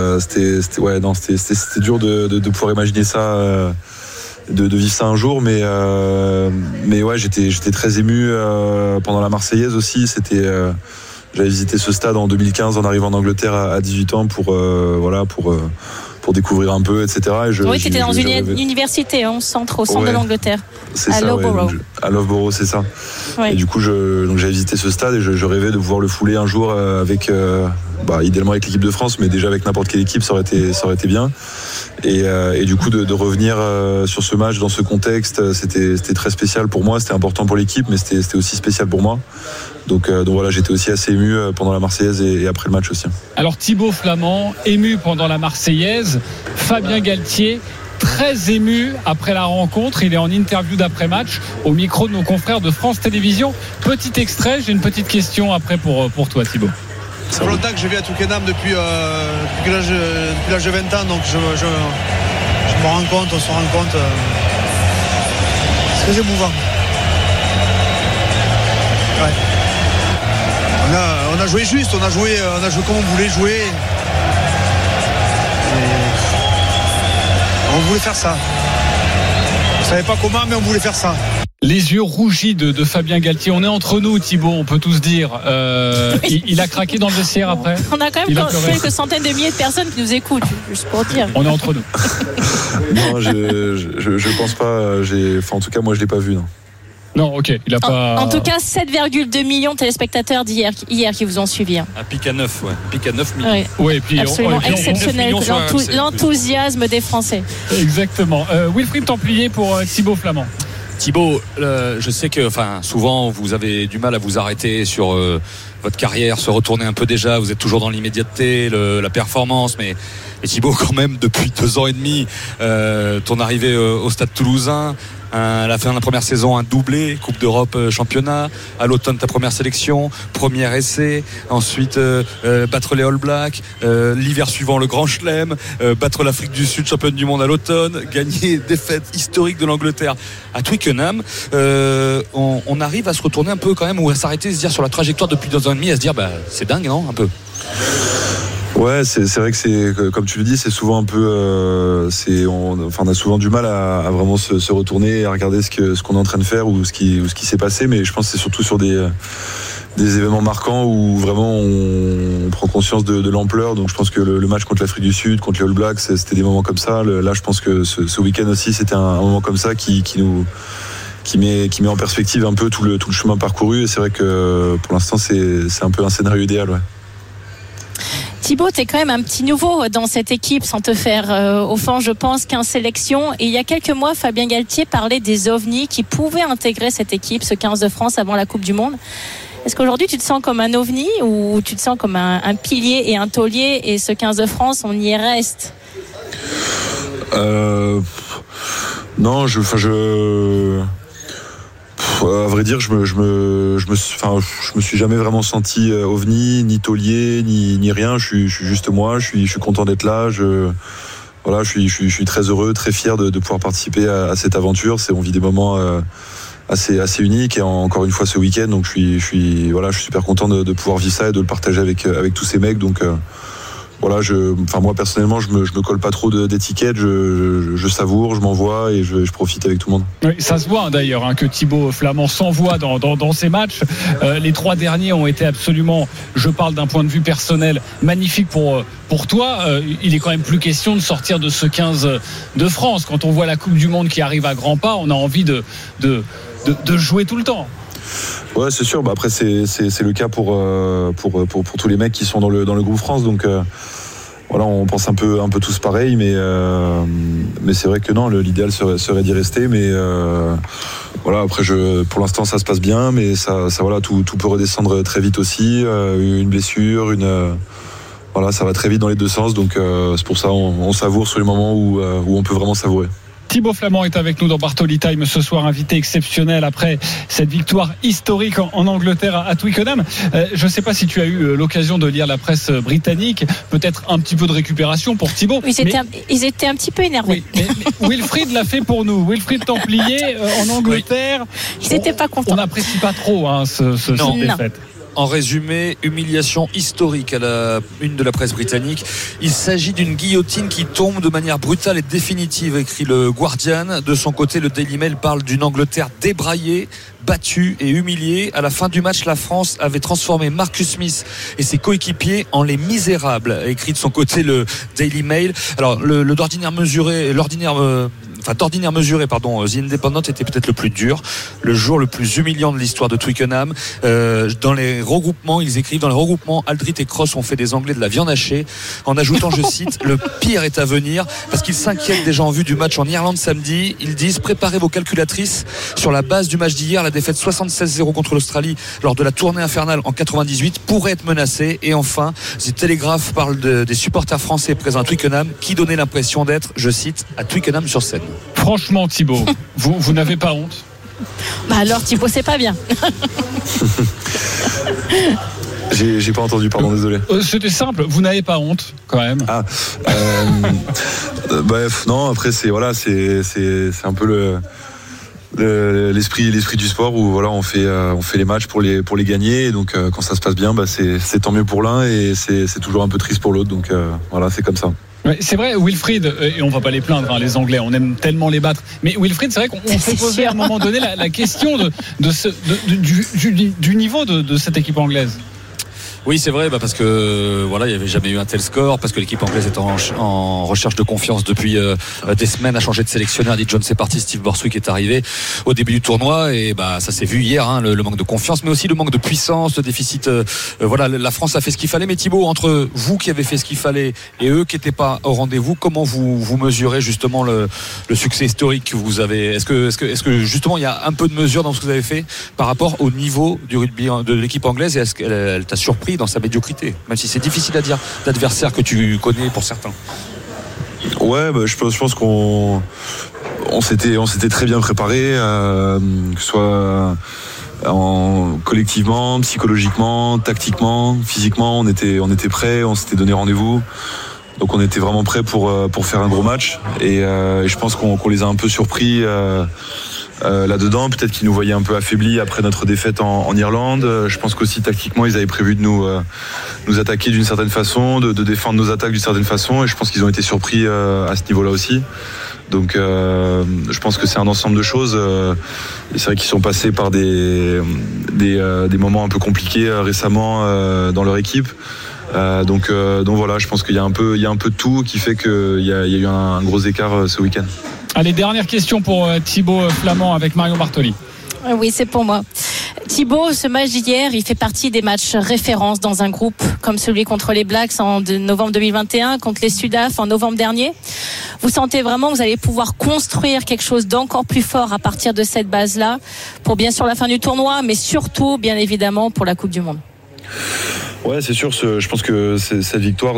dur de pouvoir imaginer ça, de vivre ça un jour, mais ouais, j'étais très ému pendant la Marseillaise aussi. J'avais visité ce stade en 2015 en arrivant en Angleterre à 18 ans pour découvrir un peu, etc. Oui, tu étais dans une université, au centre de l'Angleterre. C'est à Loughborough. À Loughborough, c'est ça. Ouais. Et du coup, donc j'avais visité ce stade et je rêvais de pouvoir le fouler un jour avec, idéalement avec l'équipe de France, mais déjà avec n'importe quelle équipe, ça aurait été bien. Et du coup, de revenir sur ce match dans ce contexte, c'était très spécial pour moi. C'était important pour l'équipe, mais c'était aussi spécial pour moi. Donc voilà, j'étais aussi assez ému pendant la Marseillaise et après le match aussi. Alors Thibaut Flament, ému pendant la Marseillaise. Fabien Galtier, très ému après la rencontre. Il est en interview d'après-match au micro de nos confrères de France Télévisions. Petit extrait, j'ai une petite question après pour toi Thibaut. Ça fait longtemps que je vis à Twickenham depuis l'âge de 20 ans, donc je me rends compte, on se rend compte. C'est très émouvant. Ouais. On a joué juste, on a joué comme on voulait jouer. On voulait faire ça. On ne savait pas comment, mais on voulait faire ça. Les yeux rougis de Fabien Galtier. On est entre nous, Thibaut, on peut tous dire. Il a craqué dans le vestiaire après. On a quand même quelques centaines de milliers de personnes qui nous écoutent, juste pour dire. On est entre nous. Non, je pense pas. En tout cas, moi, je l'ai pas vu. Non. Non, ok, il a pas. En tout cas, 7,2 millions de téléspectateurs hier qui vous ont suivi. Un pic à 9, ouais. Un pic à 9 millions. Oui, et puis absolument exceptionnel, l'enthousiasme des Français. Exactement. Wilfried Templier pour Thibaut Flament. Thibaut, je sais que souvent vous avez du mal à vous arrêter sur votre carrière, se retourner un peu déjà, vous êtes toujours dans l'immédiateté, la performance, mais Thibaut, quand même, depuis 2 ans et demi, ton arrivée au Stade Toulousain, à la fin de la première saison, un doublé, Coupe d'Europe, championnat, à l'automne ta première sélection, premier essai, ensuite battre les All Blacks, l'hiver suivant le Grand Chelem, battre l'Afrique du Sud, championne du monde à l'automne, gagner défaite historique de l'Angleterre à Twickenham. On arrive à se retourner un peu quand même, ou à s'arrêter, se dire sur la trajectoire depuis 2 ans et demi, à se dire c'est dingue, non, un peu. Ouais, c'est vrai que c'est, comme tu le dis, c'est souvent un peu, on a souvent du mal à vraiment se retourner et à regarder ce qu'on est en train de faire ou ce qui s'est passé, mais je pense que c'est surtout sur des événements marquants où vraiment on prend conscience de l'ampleur. Donc je pense que le match contre l'Afrique du Sud, contre les All Blacks, c'était des moments comme ça. Là, je pense que ce week-end aussi, c'était un moment comme ça qui met en perspective un peu tout le chemin parcouru. Et c'est vrai que pour l'instant, c'est un peu un scénario idéal, ouais. Thibaut, tu es quand même un petit nouveau dans cette équipe, sans te faire offense, je pense, 15 sélections. Et il y a quelques mois, Fabien Galtier parlait des ovnis qui pouvaient intégrer cette équipe, ce 15 de France, avant la Coupe du Monde. Est-ce qu'aujourd'hui, tu te sens comme un ovni ou tu te sens comme un pilier et un taulier, et ce 15 de France, on y reste? Non, à vrai dire, je me suis jamais vraiment senti ovni, ni taulier, ni rien. Je suis juste moi. Je suis content d'être là. Je suis très heureux, très fier de pouvoir participer à cette aventure. On vit des moments assez uniques, et encore une fois ce week-end. Donc je suis super content de pouvoir vivre ça et de le partager avec tous ces mecs. Donc moi personnellement, je me colle pas trop d'étiquettes, je savoure, je m'envoie et je profite avec tout le monde. Oui, ça se voit d'ailleurs que Thibaut Flament s'envoie dans ces matchs. Les 3 derniers ont été absolument, je parle d'un point de vue personnel, magnifiques pour toi. Il est quand même plus question de sortir de ce 15 de France. Quand on voit la Coupe du Monde qui arrive à grands pas, on a envie de jouer tout le temps. Ouais, c'est sûr. Après, c'est le cas pour tous les mecs qui sont dans le groupe France. Donc on pense un peu tous pareil, mais c'est vrai que non, l'idéal serait d'y rester. Mais après, pour l'instant, ça se passe bien, mais tout peut redescendre très vite aussi. Une blessure, ça va très vite dans les 2 sens. Donc c'est pour ça on savoure sur les moments où on peut vraiment savourer. Thibaut Flamand est avec nous dans Bartoli Time ce soir, invité exceptionnel après cette victoire historique en Angleterre à Twickenham. Je ne sais pas si tu as eu l'occasion de lire la presse britannique, peut-être un petit peu de récupération pour Thibaut. Ils étaient un petit peu énervés. Oui, mais Wilfried l'a fait pour nous. Wilfried Templier en Angleterre. Ils n'étaient pas contents. On n'apprécie pas trop cette défaite. En résumé, humiliation historique à la une de la presse britannique. Il s'agit d'une guillotine qui tombe de manière brutale et définitive, écrit le Guardian. De son côté, le Daily Mail parle d'une Angleterre débraillée, battue et humiliée. À la fin du match, la France avait transformé Marcus Smith et ses coéquipiers en les misérables, écrit de son côté le Daily Mail. Alors, d'ordinaire mesuré, The Independent était peut-être le plus dur, le jour le plus humiliant de l'histoire de Twickenham. Dans les regroupements, ils écrivent, dans les regroupements, Aldrit et Cross ont fait des Anglais de la viande hachée, en ajoutant, je cite, le pire est à venir, parce qu'ils s'inquiètent déjà en vue du match en Irlande samedi. Ils disent, préparez vos calculatrices sur la base du match d'hier. La défaite 76-0 contre l'Australie lors de la tournée infernale en 98 pourrait être menacée. Et enfin, The Telegraph parle des supporters français présents à Twickenham qui donnaient l'impression d'être, je cite, à Twickenham sur scène. Franchement, Thibaut, vous n'avez pas honte? Bah alors, Thibaut, c'est pas bien. J'ai pas entendu, pardon, désolé. C'était simple, vous n'avez pas honte quand même. Bref, non, après c'est un peu l'esprit du sport où voilà, on fait les matchs pour les gagner, et donc quand ça se passe bien, c'est tant mieux pour l'un et c'est toujours un peu triste pour l'autre, donc voilà, c'est comme ça. Ouais, c'est vrai, Wilfried, et on va pas les plaindre, les Anglais, on aime tellement les battre. Mais Wilfried, c'est vrai qu'on s'est posé à un moment donné la question du niveau de cette équipe anglaise. Oui, c'est vrai, parce que voilà, il n'y avait jamais eu un tel score, parce que l'équipe anglaise est en recherche de confiance depuis des semaines, a changé de sélectionneur. Dit John, c'est parti, Steve Borswick est arrivé au début du tournoi, et ça s'est vu hier, le manque de confiance, mais aussi le manque de puissance, le déficit. Voilà, la France a fait ce qu'il fallait, mais Thibaut, entre vous qui avez fait ce qu'il fallait et eux qui n'étaient pas au rendez-vous, comment vous mesurez justement le succès historique que vous avez? Est-ce que justement il y a un peu de mesure dans ce que vous avez fait par rapport au niveau du rugby de l'équipe anglaise, et est-ce qu'elle t'a surpris dans sa médiocrité, même si c'est difficile à dire, d'adversaires que tu connais pour certains? Ouais, je pense qu'on s'était très bien préparé, que ce soit collectivement, psychologiquement, tactiquement, physiquement, on était prêts, on s'était donné rendez-vous. Donc on était vraiment prêts pour faire un gros match, et je pense qu'on les a un peu surpris là-dedans. Peut-être qu'ils nous voyaient un peu affaiblis après notre défaite en Irlande. Je pense qu'aussi tactiquement ils avaient prévu de nous attaquer d'une certaine façon, de défendre nos attaques d'une certaine façon, et je pense qu'ils ont été surpris à ce niveau-là aussi. Donc je pense que c'est un ensemble de choses, et c'est vrai qu'ils sont passés par des moments un peu compliqués récemment dans leur équipe. Donc voilà, je pense qu'il y a un peu de tout qui fait qu'il y a eu un gros écart ce week-end. Allez, dernière question pour Thibaut Flamand avec Marion Bartoli. Oui, c'est pour moi. Thibaut, ce match d'hier, il fait partie des matchs références dans un groupe comme celui contre les Blacks en novembre 2021, contre les Sudaf en novembre dernier. Vous sentez vraiment que vous allez pouvoir construire quelque chose d'encore plus fort à partir de cette base-là, pour bien sûr la fin du tournoi, mais surtout, bien évidemment, pour la Coupe du Monde? Ouais, c'est sûr. Je pense que cette victoire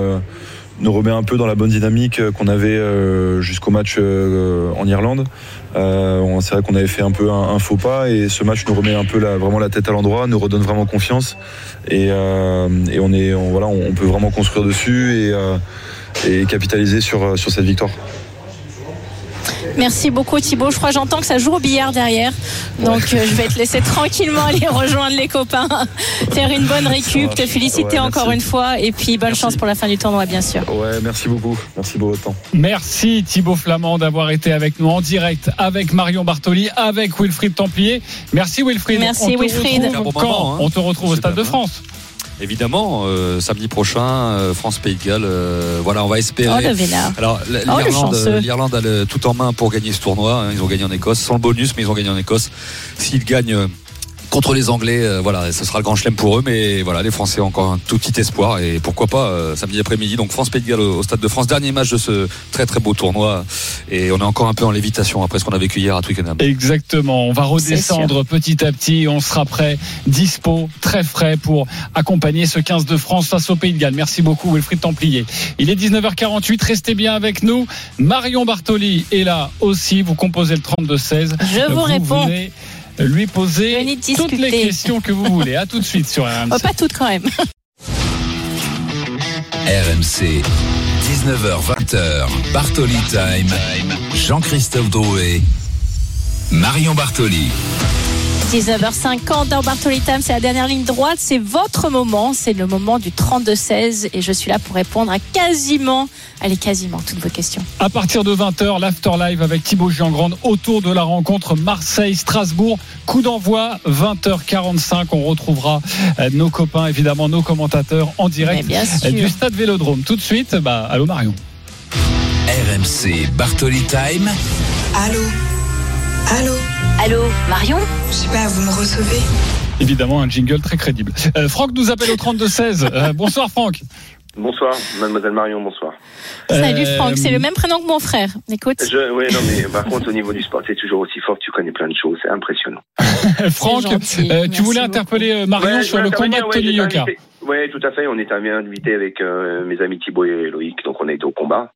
nous remet un peu dans la bonne dynamique qu'on avait jusqu'au match en Irlande. C'est vrai qu'on avait fait un peu un faux pas, et ce match nous remet un peu vraiment la tête à l'endroit, nous redonne vraiment confiance, et on peut vraiment construire dessus et capitaliser sur cette victoire. Merci beaucoup Thibaut, je crois que j'entends que ça joue au billard derrière, donc je vais te laisser tranquillement aller rejoindre les copains, faire une bonne récup, te féliciter encore une fois, et puis bonne chance pour la fin du tournoi bien sûr. Ouais, merci beaucoup, merci pour votre temps. Merci Thibaut Flamand d'avoir été avec nous en direct avec Marion Bartoli, avec Wilfried Templier. Merci Wilfried. Merci Wilfried. On te retrouve au Stade de France. Évidemment, samedi prochain, France-Pays de Galles. Voilà, on va espérer. Oh, le vénard. Alors, l'Irlande a tout en main pour gagner ce tournoi. Ils ont gagné en Écosse, sans le bonus, mais ils ont gagné en Écosse. S'ils gagnent contre les Anglais, voilà, ce sera le grand chelem pour eux, mais voilà, les Français ont encore un tout petit espoir et pourquoi pas samedi après-midi. Donc France-Pays de Galles au Stade de France, dernier match de ce très très beau tournoi et on est encore un peu en lévitation après ce qu'on a vécu hier à Twickenham. Exactement, on va redescendre petit à petit, on sera prêt, dispo, très frais pour accompagner ce 15 de France face au Pays de Galles. Merci beaucoup Wilfried Templier. Il est 19h48, restez bien avec nous. Marion Bartoli est là aussi, vous composez le 32-16. Je vous réponds. Venez lui poser toutes les questions que vous voulez. À tout de suite sur RMC. Pas toutes quand même. RMC, 19h-20h, Bartoli Time, Jean-Christophe Drouet, Marion Bartoli. 19h50 dans Bartoli Time, c'est la dernière ligne droite, c'est votre moment, c'est le moment du 32-16 et je suis là pour répondre à quasiment toutes vos questions. À partir de 20h, l'After Live avec Thibaut Giangrande autour de la rencontre Marseille-Strasbourg. Coup d'envoi 20h45. On retrouvera nos copains, évidemment nos commentateurs en direct du Stade Vélodrome. Tout de suite, allô Marion. RMC Bartoli Time. Allô, Marion ? Je sais pas, vous me recevez ? Évidemment, un jingle très crédible. Franck nous appelle au 32-16. Bonsoir Franck. Bonsoir, mademoiselle Marion, bonsoir. Salut Franck, c'est le même prénom que mon frère. Écoute. Oui, non, mais par contre, au niveau du sport, c'est toujours aussi fort, tu connais plein de choses, c'est impressionnant. Franck, tu voulais interpeller Marion sur le combat de Tony Yoka. Oui, tout à fait, on est invité avec mes amis Thibaut et Loïc, donc on a été au combat.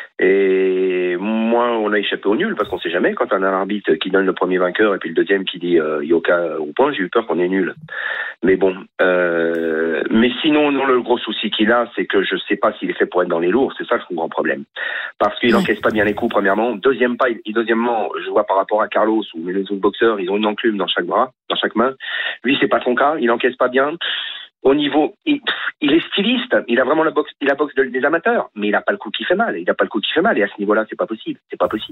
Et moi, on a échappé au nul, parce qu'on sait jamais, quand on a un arbitre qui donne le premier vainqueur et puis le deuxième qui dit Yoka au point, j'ai eu peur qu'on est nul. Mais bon, mais sinon, non, le gros souci qu'il a, c'est que je sais pas s'il est fait pour être dans les lourds, c'est ça le grand problème. Parce qu'il encaisse pas bien les coups, premièrement. Deuxièmement, je vois par rapport à Carlos ou les autres boxeurs, ils ont une enclume dans chaque bras, dans chaque main. Lui, c'est pas son cas, il encaisse pas bien. Au niveau, il est styliste, il a vraiment la boxe des amateurs, mais il a pas le coup qui fait mal, et à ce niveau-là, c'est pas possible.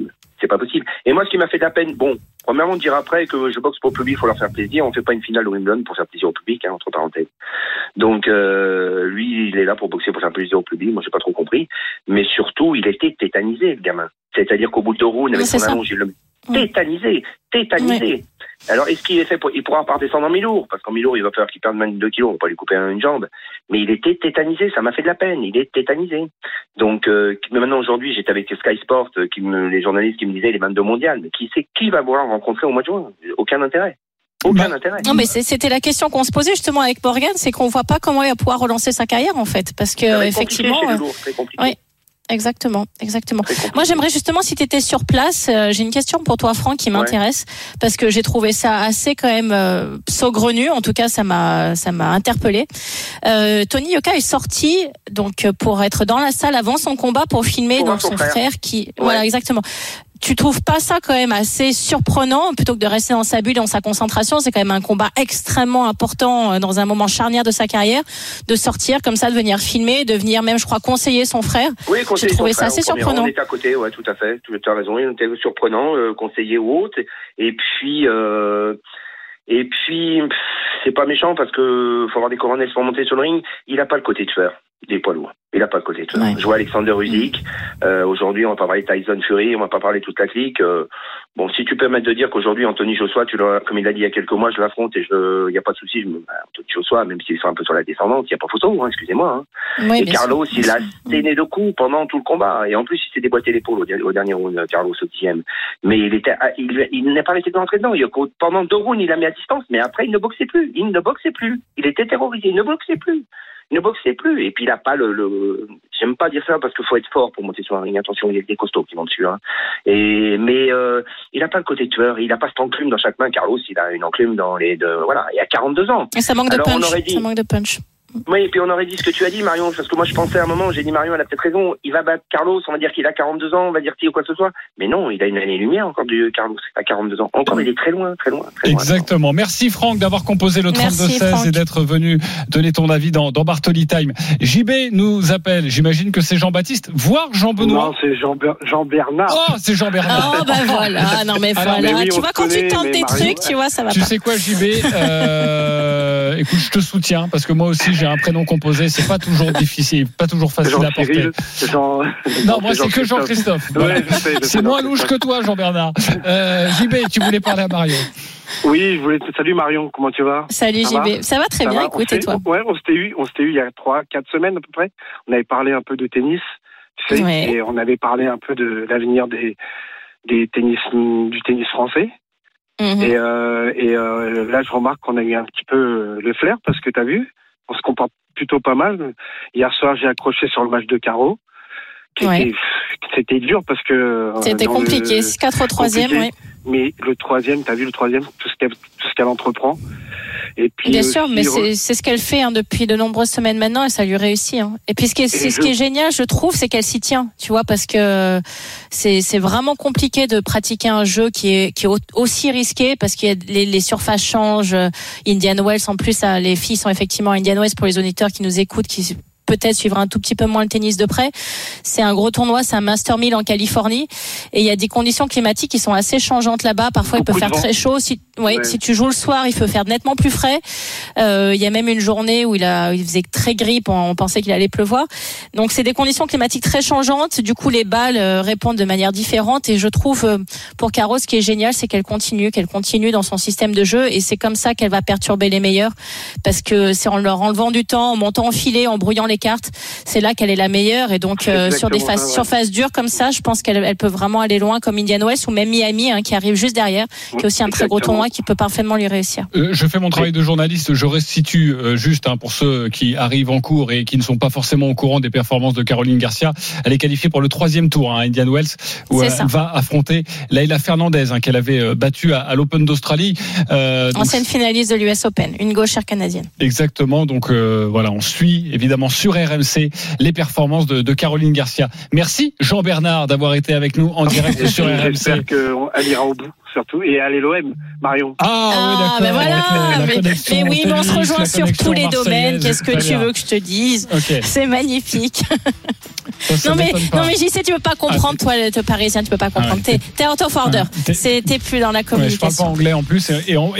Et moi, ce qui m'a fait de la peine, premièrement, dire après que je boxe pour le public, il faut leur faire plaisir, on fait pas une finale de Wimbledon pour faire plaisir au public, entre parenthèses. Donc, lui, il est là pour boxer pour faire plaisir au public, moi, j'ai pas trop compris, mais surtout, il était tétanisé, le gamin. C'est-à-dire qu'au bout de 2 rounds, avec son allonge, il le tétanisé. Oui. Alors, est-ce qu'il est fait il pourra pas redescendre en mi-lourd, parce qu'en mi-lourd, il va falloir qu'il perde 22 kilos, on va pas lui couper une jambe. Mais il était tétanisé, ça m'a fait de la peine, il est tétanisé. Donc, maintenant, aujourd'hui, j'étais avec Sky Sport, les journalistes qui me disaient les 22 mondiales, mais qui va vouloir rencontrer au mois de juin? Aucun intérêt. Non, mais c'était la question qu'on se posait justement avec Morgan, c'est qu'on voit pas comment il va pouvoir relancer sa carrière, en fait, parce que, effectivement. Très compliqué. Oui. Exactement. Moi, j'aimerais justement, si tu étais sur place, j'ai une question pour toi, Franck, qui m'intéresse, parce que j'ai trouvé ça assez quand même saugrenu. En tout cas, ça m'a interpellé. Tony Yoka est sorti donc pour être dans la salle avant son combat pour filmer donc son frère qui, voilà, exactement. Tu trouves pas ça quand même assez surprenant plutôt que de rester dans sa bulle, dans sa concentration? C'est quand même un combat extrêmement important dans un moment charnière de sa carrière, de sortir comme ça, de venir filmer, de venir même, je crois, conseiller son frère. Oui, conseiller. J'ai trouvé ça assez surprenant. On était à côté, ouais, tout à fait. Tu as raison, il était surprenant, conseiller ou autre. Et puis, c'est pas méchant parce que faut avoir des coronets pour monter sur le ring. Il a pas le côté tueur des poids lourds. Il a pas le côté tueur. Je vois Alexander Usyk. Aujourd'hui, on va pas parler de Tyson Fury, on va pas parler toute la clique. Bon, si tu peux permettre de dire qu'aujourd'hui, Anthony Joshua, comme il l'a dit il y a quelques mois, je l'affronte et il y a pas de souci. Anthony Joshua, même s'il est un peu sur la descendante, il y a pas photo, excusez-moi. Oui, et Carlos, il a téné de coups pendant tout le combat. Et en plus, il s'est déboîté l'épaule au dernier round, Carlos au 10e. Mais il n'a pas arrêté de rentrer dedans. Pendant 2 rounds, il a mis à distance, mais après, il ne boxait plus. Il était terrorisé, il ne boxait plus. Et puis il a pas j'aime pas dire ça parce qu'il faut être fort pour monter sur un ring. Attention, il y a des costauds qui vont dessus. Mais il a pas le côté tueur, il a pas cette enclume dans chaque main. Carlos, il a une enclume dans voilà, il a 42 ans. Et ça manque de punch. Oui, et puis on aurait dit ce que tu as dit, Marion, parce que moi je pensais à un moment, j'ai dit Marion, elle a peut-être raison, il va battre Carlos, on va dire qu'il a 42 ans, on va dire qu'il ou quoi que ce soit. Mais non, il a une année-lumière encore du Carlos, à 42 ans. Encore, il est très loin. Exactement. Merci Franck d'avoir composé le 32-16 et d'être venu donner ton avis dans Bartoli Time. JB nous appelle, j'imagine que c'est Jean-Baptiste, voire Jean-Benoît. Non, c'est Jean-Bernard. Oh, c'est Jean-Bernard. Oh, ben voilà, non mais voilà. Oui, tu vois, quand tu tentes des trucs, tu vois, ça va pas. Tu sais quoi, JB, écoute, je te soutiens, parce que moi aussi, j'ai un prénom composé, c'est pas toujours difficile, pas toujours facile à porter. Non, moi c'est que Jean-Christophe. Voilà. C'est moins louche que toi, Jean-Bernard. JB, tu voulais parler à Mario. Oui, salut Marion, comment tu vas? Salut JB, ça va très bien, écoute, et toi? Ouais, on s'était eu il y a 3-4 semaines à peu près. On avait parlé un peu de tennis, tu sais, et on avait parlé un peu de l'avenir du tennis français. Et là, je remarque qu'on a eu un petit peu le flair parce que t'as vu, on se comporte plutôt pas mal. Hier soir, j'ai accroché sur le match de Caro. C'était dur parce que c'était compliqué. 4 au troisième, oui. Mais le troisième, t'as vu le troisième, tout ce qu'elle entreprend. Et puis bien sûr, mais c'est ce qu'elle fait depuis de nombreuses semaines maintenant et ça lui réussit. Et puis ce qui est génial, je trouve, c'est qu'elle s'y tient, tu vois, parce que c'est vraiment compliqué de pratiquer un jeu qui est aussi risqué parce qu'il y a les surfaces changent. Indian Wells, en plus, les filles sont effectivement à Indian Wells pour les auditeurs qui nous écoutent, qui peut-être suivre un tout petit peu moins le tennis de près. C'est un gros tournoi, c'est un Master 1000 en Californie et il y a des conditions climatiques qui sont assez changeantes là-bas. Parfois, il peut faire très chaud. Si tu joues le soir, il peut faire nettement plus frais. Il y a même une journée où il faisait très gris, on pensait qu'il allait pleuvoir. Donc, c'est des conditions climatiques très changeantes. Du coup, les balles répondent de manière différente et je trouve, pour Caro, ce qui est génial, c'est qu'elle continue dans son système de jeu et c'est comme ça qu'elle va perturber les meilleurs parce que c'est en leur enlevant du temps, en montant en filet, en brouillant les cartes, c'est là qu'elle est la meilleure et donc sur des surfaces dures comme ça, je pense qu'elle peut vraiment aller loin comme Indian Wells ou même Miami qui arrive juste derrière, qui est aussi un très gros tournoi qui peut parfaitement lui réussir. Je fais mon travail de journaliste, je restitue juste pour ceux qui arrivent en cours et qui ne sont pas forcément au courant des performances de Caroline Garcia. Elle est qualifiée pour le 3e tour à Indian Wells où elle va affronter Leila Fernandez qu'elle avait battue à l'Open d'Australie. Ancienne finaliste de l'US Open, une gauchère canadienne. Exactement, donc voilà, on suit évidemment sur RMC les performances de Caroline Garcia. Merci Jean-Bernard d'avoir été avec nous en direct sur RMC. J'espère qu'elle ira au bout surtout et aller l'OM, Marion. Oui, d'accord. Ben voilà, mais oui, on se rejoint sur tous les domaines. Qu'est-ce que tu veux que je te dise? C'est magnifique. Non mais j'y sais, tu peux pas comprendre, toi, le Parisien, tu peux pas comprendre. T'es out of order. T'es plus dans la communication. Je parle pas anglais en plus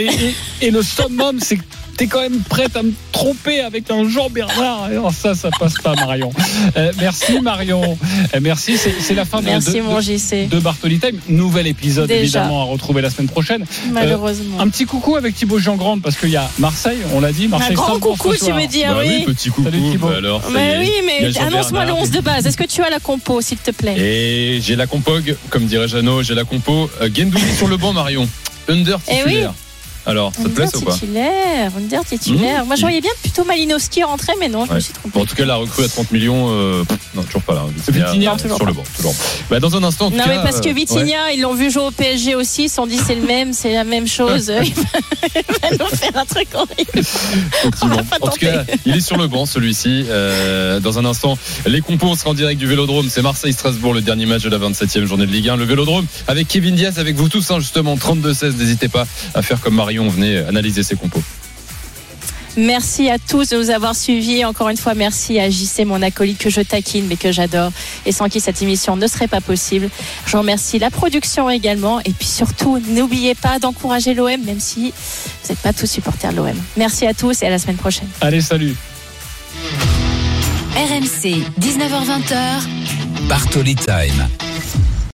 et le summum, c'est que t'es quand même prête à me tromper avec un Jean-Bernard. Alors ça passe pas, Marion. Merci Marion. Merci, c'est la fin de Bartoli Time. Nouvel épisode évidemment à retrouver la semaine prochaine. Malheureusement. Un petit coucou avec Thibaut Jean-Grande parce qu'il y a Marseille, on l'a dit. Marseille, un grand coucou, tu veux dire, oui. Petit coucou. Salut Thibaut. Alors, mais annonce-moi le 11 de base. Est-ce que tu as la compo, s'il te plaît? Et j'ai la compog, comme dirait Jeannot, j'ai la compo. Gendouzi sur le banc, Marion. Under titulaire. Alors, ça te plaît ou pas? Under titulaire. Moi, je voyais bien plutôt Malinowski rentrer, mais non, je me suis trompé. Bon, en tout cas, la recrue à 30 millions, non, toujours pas là. Vitinha sur le banc. Dans un instant. Non, mais parce que Vitinha, ils l'ont vu jouer au PSG aussi, ils se sont dit c'est la même chose. Il va nous faire un truc horrible. En tout cas, il est sur le banc, celui-ci. Dans un instant, les compos, on sera en direct du Vélodrome. C'est Marseille-Strasbourg, le dernier match de la 27e journée de Ligue 1. Le Vélodrome avec Kevin Diaz, avec vous tous, justement, 32-16. N'hésitez pas à faire comme Marion. Venez analyser ses compos. Merci à tous de nous avoir suivis. Encore une fois, merci à JC, mon acolyte que je taquine mais que j'adore et sans qui cette émission ne serait pas possible. Je remercie la production également et puis surtout, n'oubliez pas d'encourager l'OM même si vous n'êtes pas tous supporters de l'OM. Merci à tous et à la semaine prochaine. Allez, salut. RMC, 19h-20h. Bartoli Time.